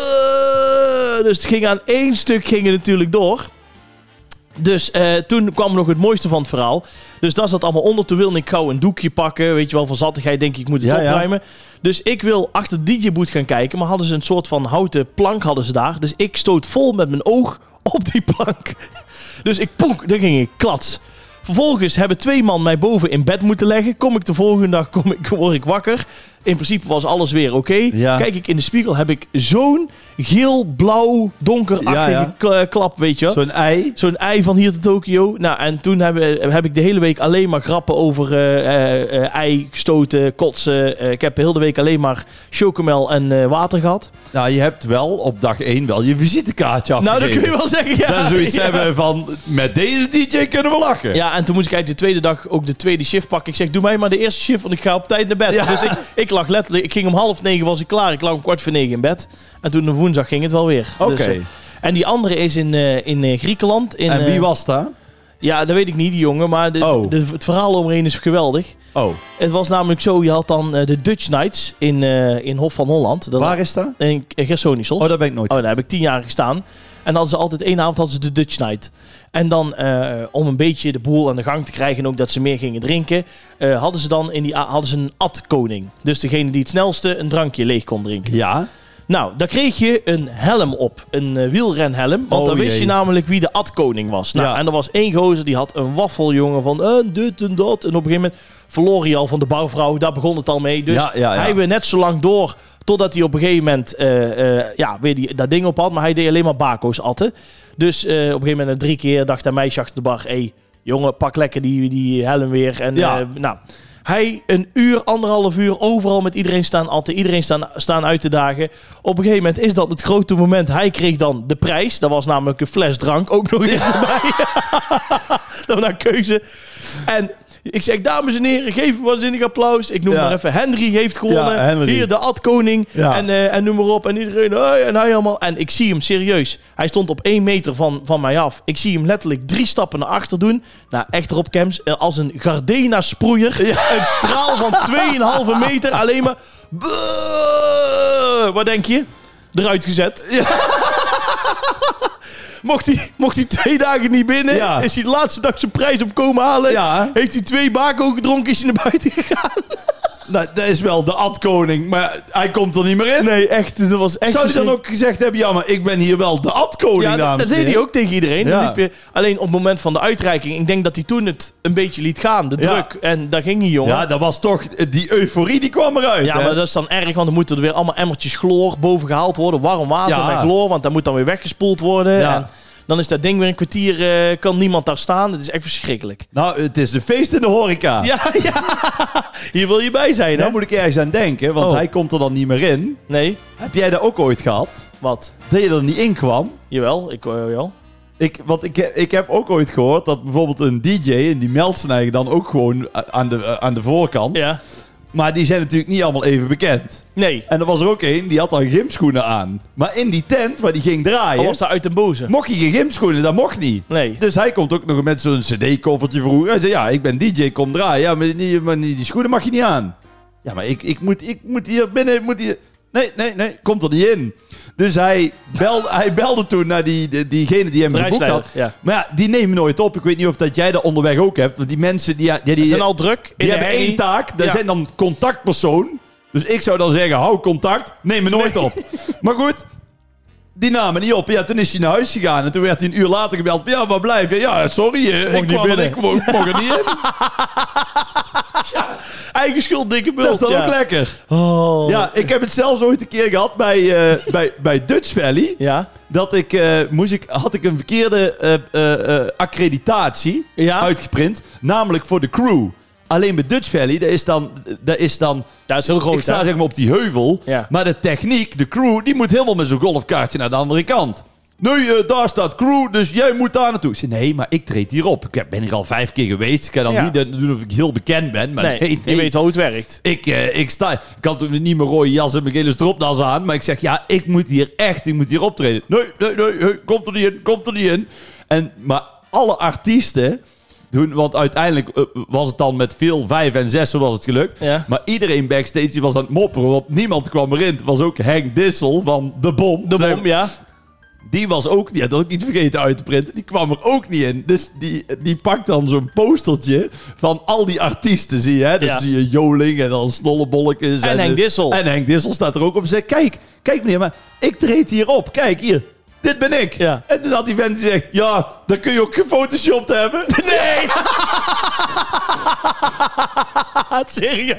Dus het ging aan één stuk ging het natuurlijk door. Dus uh, toen kwam nog het mooiste van het verhaal. Dus daar zat allemaal onder. Toen wilde ik gauw een doekje pakken. Weet je wel, van zattigheid denk ik, ik moet het ja, opruimen. Ja. Dus ik wil achter de D J-boot gaan kijken. Maar hadden ze een soort van houten plank hadden ze daar. Dus ik stoot vol met mijn oog op die plank. Dus ik poek, dan ging ik klats. Vervolgens hebben twee man mij boven in bed moeten leggen. Kom ik de volgende dag, kom ik, word ik wakker. In principe was alles weer oké. Okay. Ja. Kijk ik in de spiegel, heb ik zo'n geel, blauw, donkerachtige ja, ja. klap, weet je wel. Zo'n ei. Zo'n ei van hier tot Tokio. Nou, en toen heb, heb ik de hele week alleen maar grappen over uh, uh, uh, ei gestoten, kotsen. Uh, ik heb de hele week alleen maar chocomel en uh, water gehad. Nou, je hebt wel op dag één wel je visitekaartje afgegeven. Nou, dat kun je wel zeggen, ja. Dat is zoiets ja. hebben van, met deze D J kunnen we lachen. Ja, en toen moest ik eigenlijk de tweede dag ook de tweede shift pakken. Ik zeg, doe mij maar de eerste shift, want ik ga op tijd naar bed. Ja. Dus ik, ik lag letterlijk, ik ging om half negen was ik klaar. Ik lag om kwart voor negen in bed. En toen op woensdag ging het wel weer. Oké. Okay. Dus, uh, en die andere is in, uh, in uh, Griekenland. In, en wie uh, was dat? Ja, dat weet ik niet, die jongen. Maar de, oh. de, de, het verhaal omheen is geweldig. Oh. Het was namelijk zo, je had dan uh, de Dutch Nights in, uh, in Hof van Holland. Dat Waar is dat? In Gersonisos. Oh, daar ben ik nooit. Oh, daar heb ik tien jaar gestaan. En dan hadden ze altijd één avond hadden ze de Dutch Night. En dan, uh, om een beetje de boel aan de gang te krijgen en ook dat ze meer gingen drinken, uh, hadden ze dan in die, hadden ze een ad-koning. Dus degene die het snelste een drankje leeg kon drinken. Ja. Nou, daar kreeg je een helm op. Een uh, wielrenhelm. Want oh, dan wist jee. je namelijk wie de ad-koning was. Nou, ja. En er was één gozer die had een waffeljongen van uh, dit en dat. En op een gegeven moment verloor hij al van de bouwvrouw. Daar begon het al mee. Dus ja, ja, ja. hij weer net zo lang door totdat hij op een gegeven moment uh, uh, ja, weer die, dat ding op had. Maar hij deed alleen maar bako's atten. Dus uh, op een gegeven moment drie keer dacht een meisje achter de bar, hé, hey, jongen, pak lekker die, die helm weer. En ja. uh, nou, hij een uur, anderhalf uur, overal met iedereen staan, altijd iedereen staan, staan uit te dagen. Op een gegeven moment is dat het grote moment. Hij kreeg dan de prijs. Dat was namelijk een fles drank, ook nog eens ja. erbij. Dat was naar keuze. En ik zeg, dames en heren, geef hem waanzinnig applaus. Ik noem ja. maar even, Henry heeft gewonnen. Ja, Henry. Hier, de ad-koning. Ja. En, uh, en noem maar op. En iedereen, hey, en hij allemaal. En ik zie hem serieus. Hij stond op één meter van, van mij af. Ik zie hem letterlijk drie stappen naar achter doen. Nou, echt Rob Kemps, als een Gardena-sproeier. Ja. Een straal van twee komma vijf meter. Alleen maar... Buh, wat denk je? Eruit gezet. Ja. Mocht hij, mocht hij twee dagen niet binnen, ja. is hij de laatste dag zijn prijs op komen halen. Ja. Heeft hij twee bako gedronken, is hij naar buiten gegaan. Nou, dat is wel de ad-koning, maar hij komt er niet meer in. Nee, echt. Dat was echt Zou hij dan ook gezegd hebben, ja, maar ik ben hier wel de ad-koning. Ja, dat, dat deed hij ook tegen iedereen. Ja. Dan liep je, alleen op het moment van de uitreiking, ik denk dat hij toen het een beetje liet gaan, de druk. Ja. En daar ging hij, jongen. Ja, dat was toch, die euforie die kwam eruit. Ja, hè? maar dat is dan erg, want dan moeten er weer allemaal emmertjes chloor boven gehaald worden. Warm water ja. met chloor, want dat moet dan weer weggespoeld worden. Ja. En dan is dat ding weer een kwartier, uh, kan niemand daar staan. Het is echt verschrikkelijk. Nou, het is een feest in de horeca. Ja, ja. Hier wil je bij zijn, hè? Nou moet ik ergens aan denken, want oh. hij komt er dan niet meer in. Nee. Heb jij dat ook ooit gehad? Wat? Dat je er niet in kwam? Jawel, ik uh, jawel. Ik, want ik, ik heb ook ooit gehoord dat bijvoorbeeld een D J, en die meldt zijn eigen dan ook gewoon aan de, aan de voorkant. Ja. Maar die zijn natuurlijk niet allemaal even bekend. Nee. En er was er ook één, die had dan gymschoenen aan. Maar in die tent waar die ging draaien... Hij was daar uit den boze. Mocht je geen gymschoenen, dat mocht niet. Nee. Dus hij komt ook nog met zo'n cd-koffertje vroeger. Hij zei, ja, ik ben D J, kom draaien. Ja, maar die, maar die schoenen mag je niet aan. Ja, maar ik, ik, moet, ik moet hier binnen... Moet hier... Nee, nee, nee, komt er niet in. Dus hij belde, hij belde toen naar die, die, diegene die hem geboekt had. Ja. Maar ja, die nemen nooit op. Ik weet niet of dat jij dat onderweg ook hebt. Want die mensen, die, die, die zijn al druk. Die hebben één taak. Dat ja. zijn dan contactpersoon. Dus ik zou dan zeggen, hou contact. Neem me nooit nee. op. Maar goed. Die namen niet op. Ja, toen is hij naar huis gegaan. En toen werd hij een uur later gebeld. Ja, waar blijf je? Ja, sorry. eh, Mocht ik niet kwam er, binnen. ik mocht, mocht er niet in. Eigen schuld, dikke bult. Dat is dan ja. ook lekker. Oh. Ja, ik heb het zelfs ooit een keer gehad bij, uh, bij, bij Dutch Valley. Ja. Dat ik, uh, moest ik, had ik een verkeerde uh, uh, uh, accreditatie Ja. uitgeprint. Namelijk voor de crew. Alleen bij Dutch Valley, dat is dan... Dat is dan Dat is heel groot, ik sta hè? zeg maar op die heuvel. Ja. Maar de techniek, de crew, die moet helemaal met zo'n golfkaartje naar de andere kant. Nee, uh, daar staat crew, dus jij moet daar naartoe. Ik zei, nee, maar ik treed hier op. Ik ben hier al vijf keer geweest. Ik kan dan Ja. niet doen of ik heel bekend ben. Maar Nee, nee, nee. je weet wel hoe het werkt. Ik, uh, ik sta... Ik had toen niet mijn rode jas en mijn gele stropdas aan. Maar ik zeg, ja, ik moet hier echt, ik moet hier optreden. Nee, nee, nee, nee, komt er niet in, komt er niet in. En, maar alle artiesten... Doen, want uiteindelijk uh, was het dan met veel vijf en zes, zo was het gelukt. Ja. Maar iedereen backstage die was aan het mopperen, want niemand kwam erin. Het was ook Henk Dissel van De Bom. De bom, ja. Die was ook, die had ook niet vergeten uit te printen. Die kwam er ook niet in. Dus die, die pakt dan zo'n postertje van al die artiesten, zie je. Hè? Dus Ja. zie je Joling en dan Snollebolletjes. En Henk Dissel. En Henk Dissel staat er ook op en zegt, kijk, kijk meneer, maar ik treed hier op. Kijk, hier. Dit ben ik. Ja. En toen had die vent die zegt, ja, dan kun je ook gefotoshopt hebben. Nee! Serieus?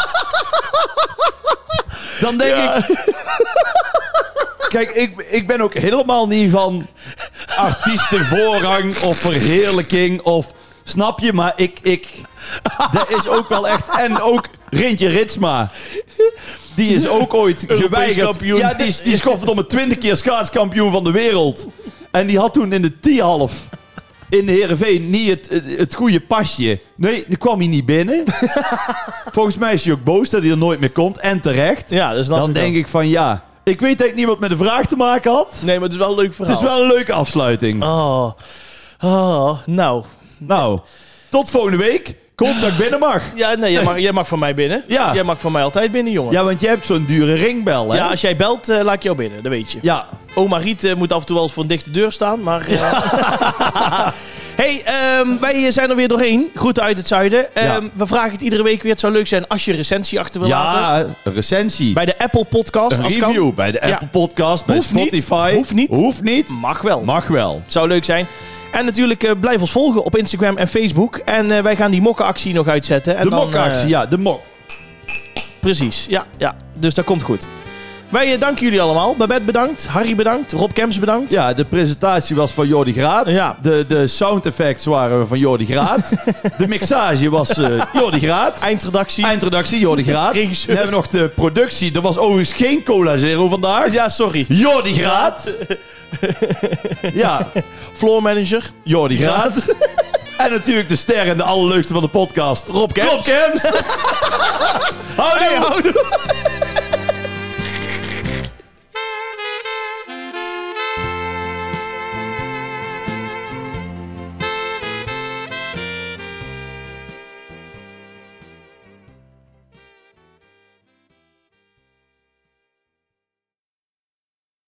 Dan denk Ja. ik... Kijk, ik, ik ben ook helemaal niet van artiestenvoorrang of verheerlijking of... Snap je? Maar ik... ik dat is ook wel echt... En ook Rintje Ritsma. Die is ook ooit Europees geweigerd. kampioen. Ja, die is, die is godverdomme twintig keer schaatskampioen van de wereld. En die had toen in de T-half in de Heerenveen niet het, het, het goede pasje. Nee, dan kwam hij niet binnen. Volgens mij is hij ook boos dat hij er nooit meer komt. En terecht. Ja, dat snap Dan ik denk wel. ik van ja... Ik weet dat ik niet wat met de vraag te maken had. Nee, maar het is wel een leuk verhaal. Het is wel een leuke afsluiting. Oh. Oh, nou. Nou, tot volgende week. Contact binnen mag. Ja, nee, jij mag, jij mag van mij binnen. Ja. Jij mag van mij altijd binnen, jongen. Ja, want je hebt zo'n dure ringbel, hè? Ja, als jij belt, uh, laat ik jou binnen. Dat weet je. Ja. Oma Riet uh, moet af en toe wel eens voor een dichte deur staan, maar... Uh... hey, um, wij zijn er weer doorheen. Groeten uit het zuiden. Um, Ja. We vragen het iedere week weer. Het zou leuk zijn als je een recensie achter wil laten. Ja, een recensie. Bij de Apple Podcast. Een als review kan. bij de Ja. Apple Podcast, bij Hoeft niet. Spotify. Hoeft niet. Hoeft niet. Mag wel. Mag wel. Zou leuk zijn. En natuurlijk uh, blijf ons volgen op Instagram en Facebook. En uh, wij gaan die mokkenactie nog uitzetten. En De dan, mokactie, uh, ja, de mok. Precies, ja, ja. Dus dat komt goed. Wij uh, danken jullie allemaal. Babette bedankt, Harry bedankt, Rob Kemps bedankt. Ja, de presentatie was van Jordi Graat. Ja. De, de sound effects waren van Jordi Graat. De mixage was uh, Jordi Graat. Eindredactie. Eindredactie Jordi Graat. Regisseur. Dan hebben we nog de productie. Er was overigens geen Cola Zero vandaag. Ja, sorry. Jordi Graat. Ja, Floor manager. Jordi Graat. En natuurlijk de ster en de allerleukste van de podcast. Rob Kemps. Rob Kemps. Houdoe. Hey, houdoe.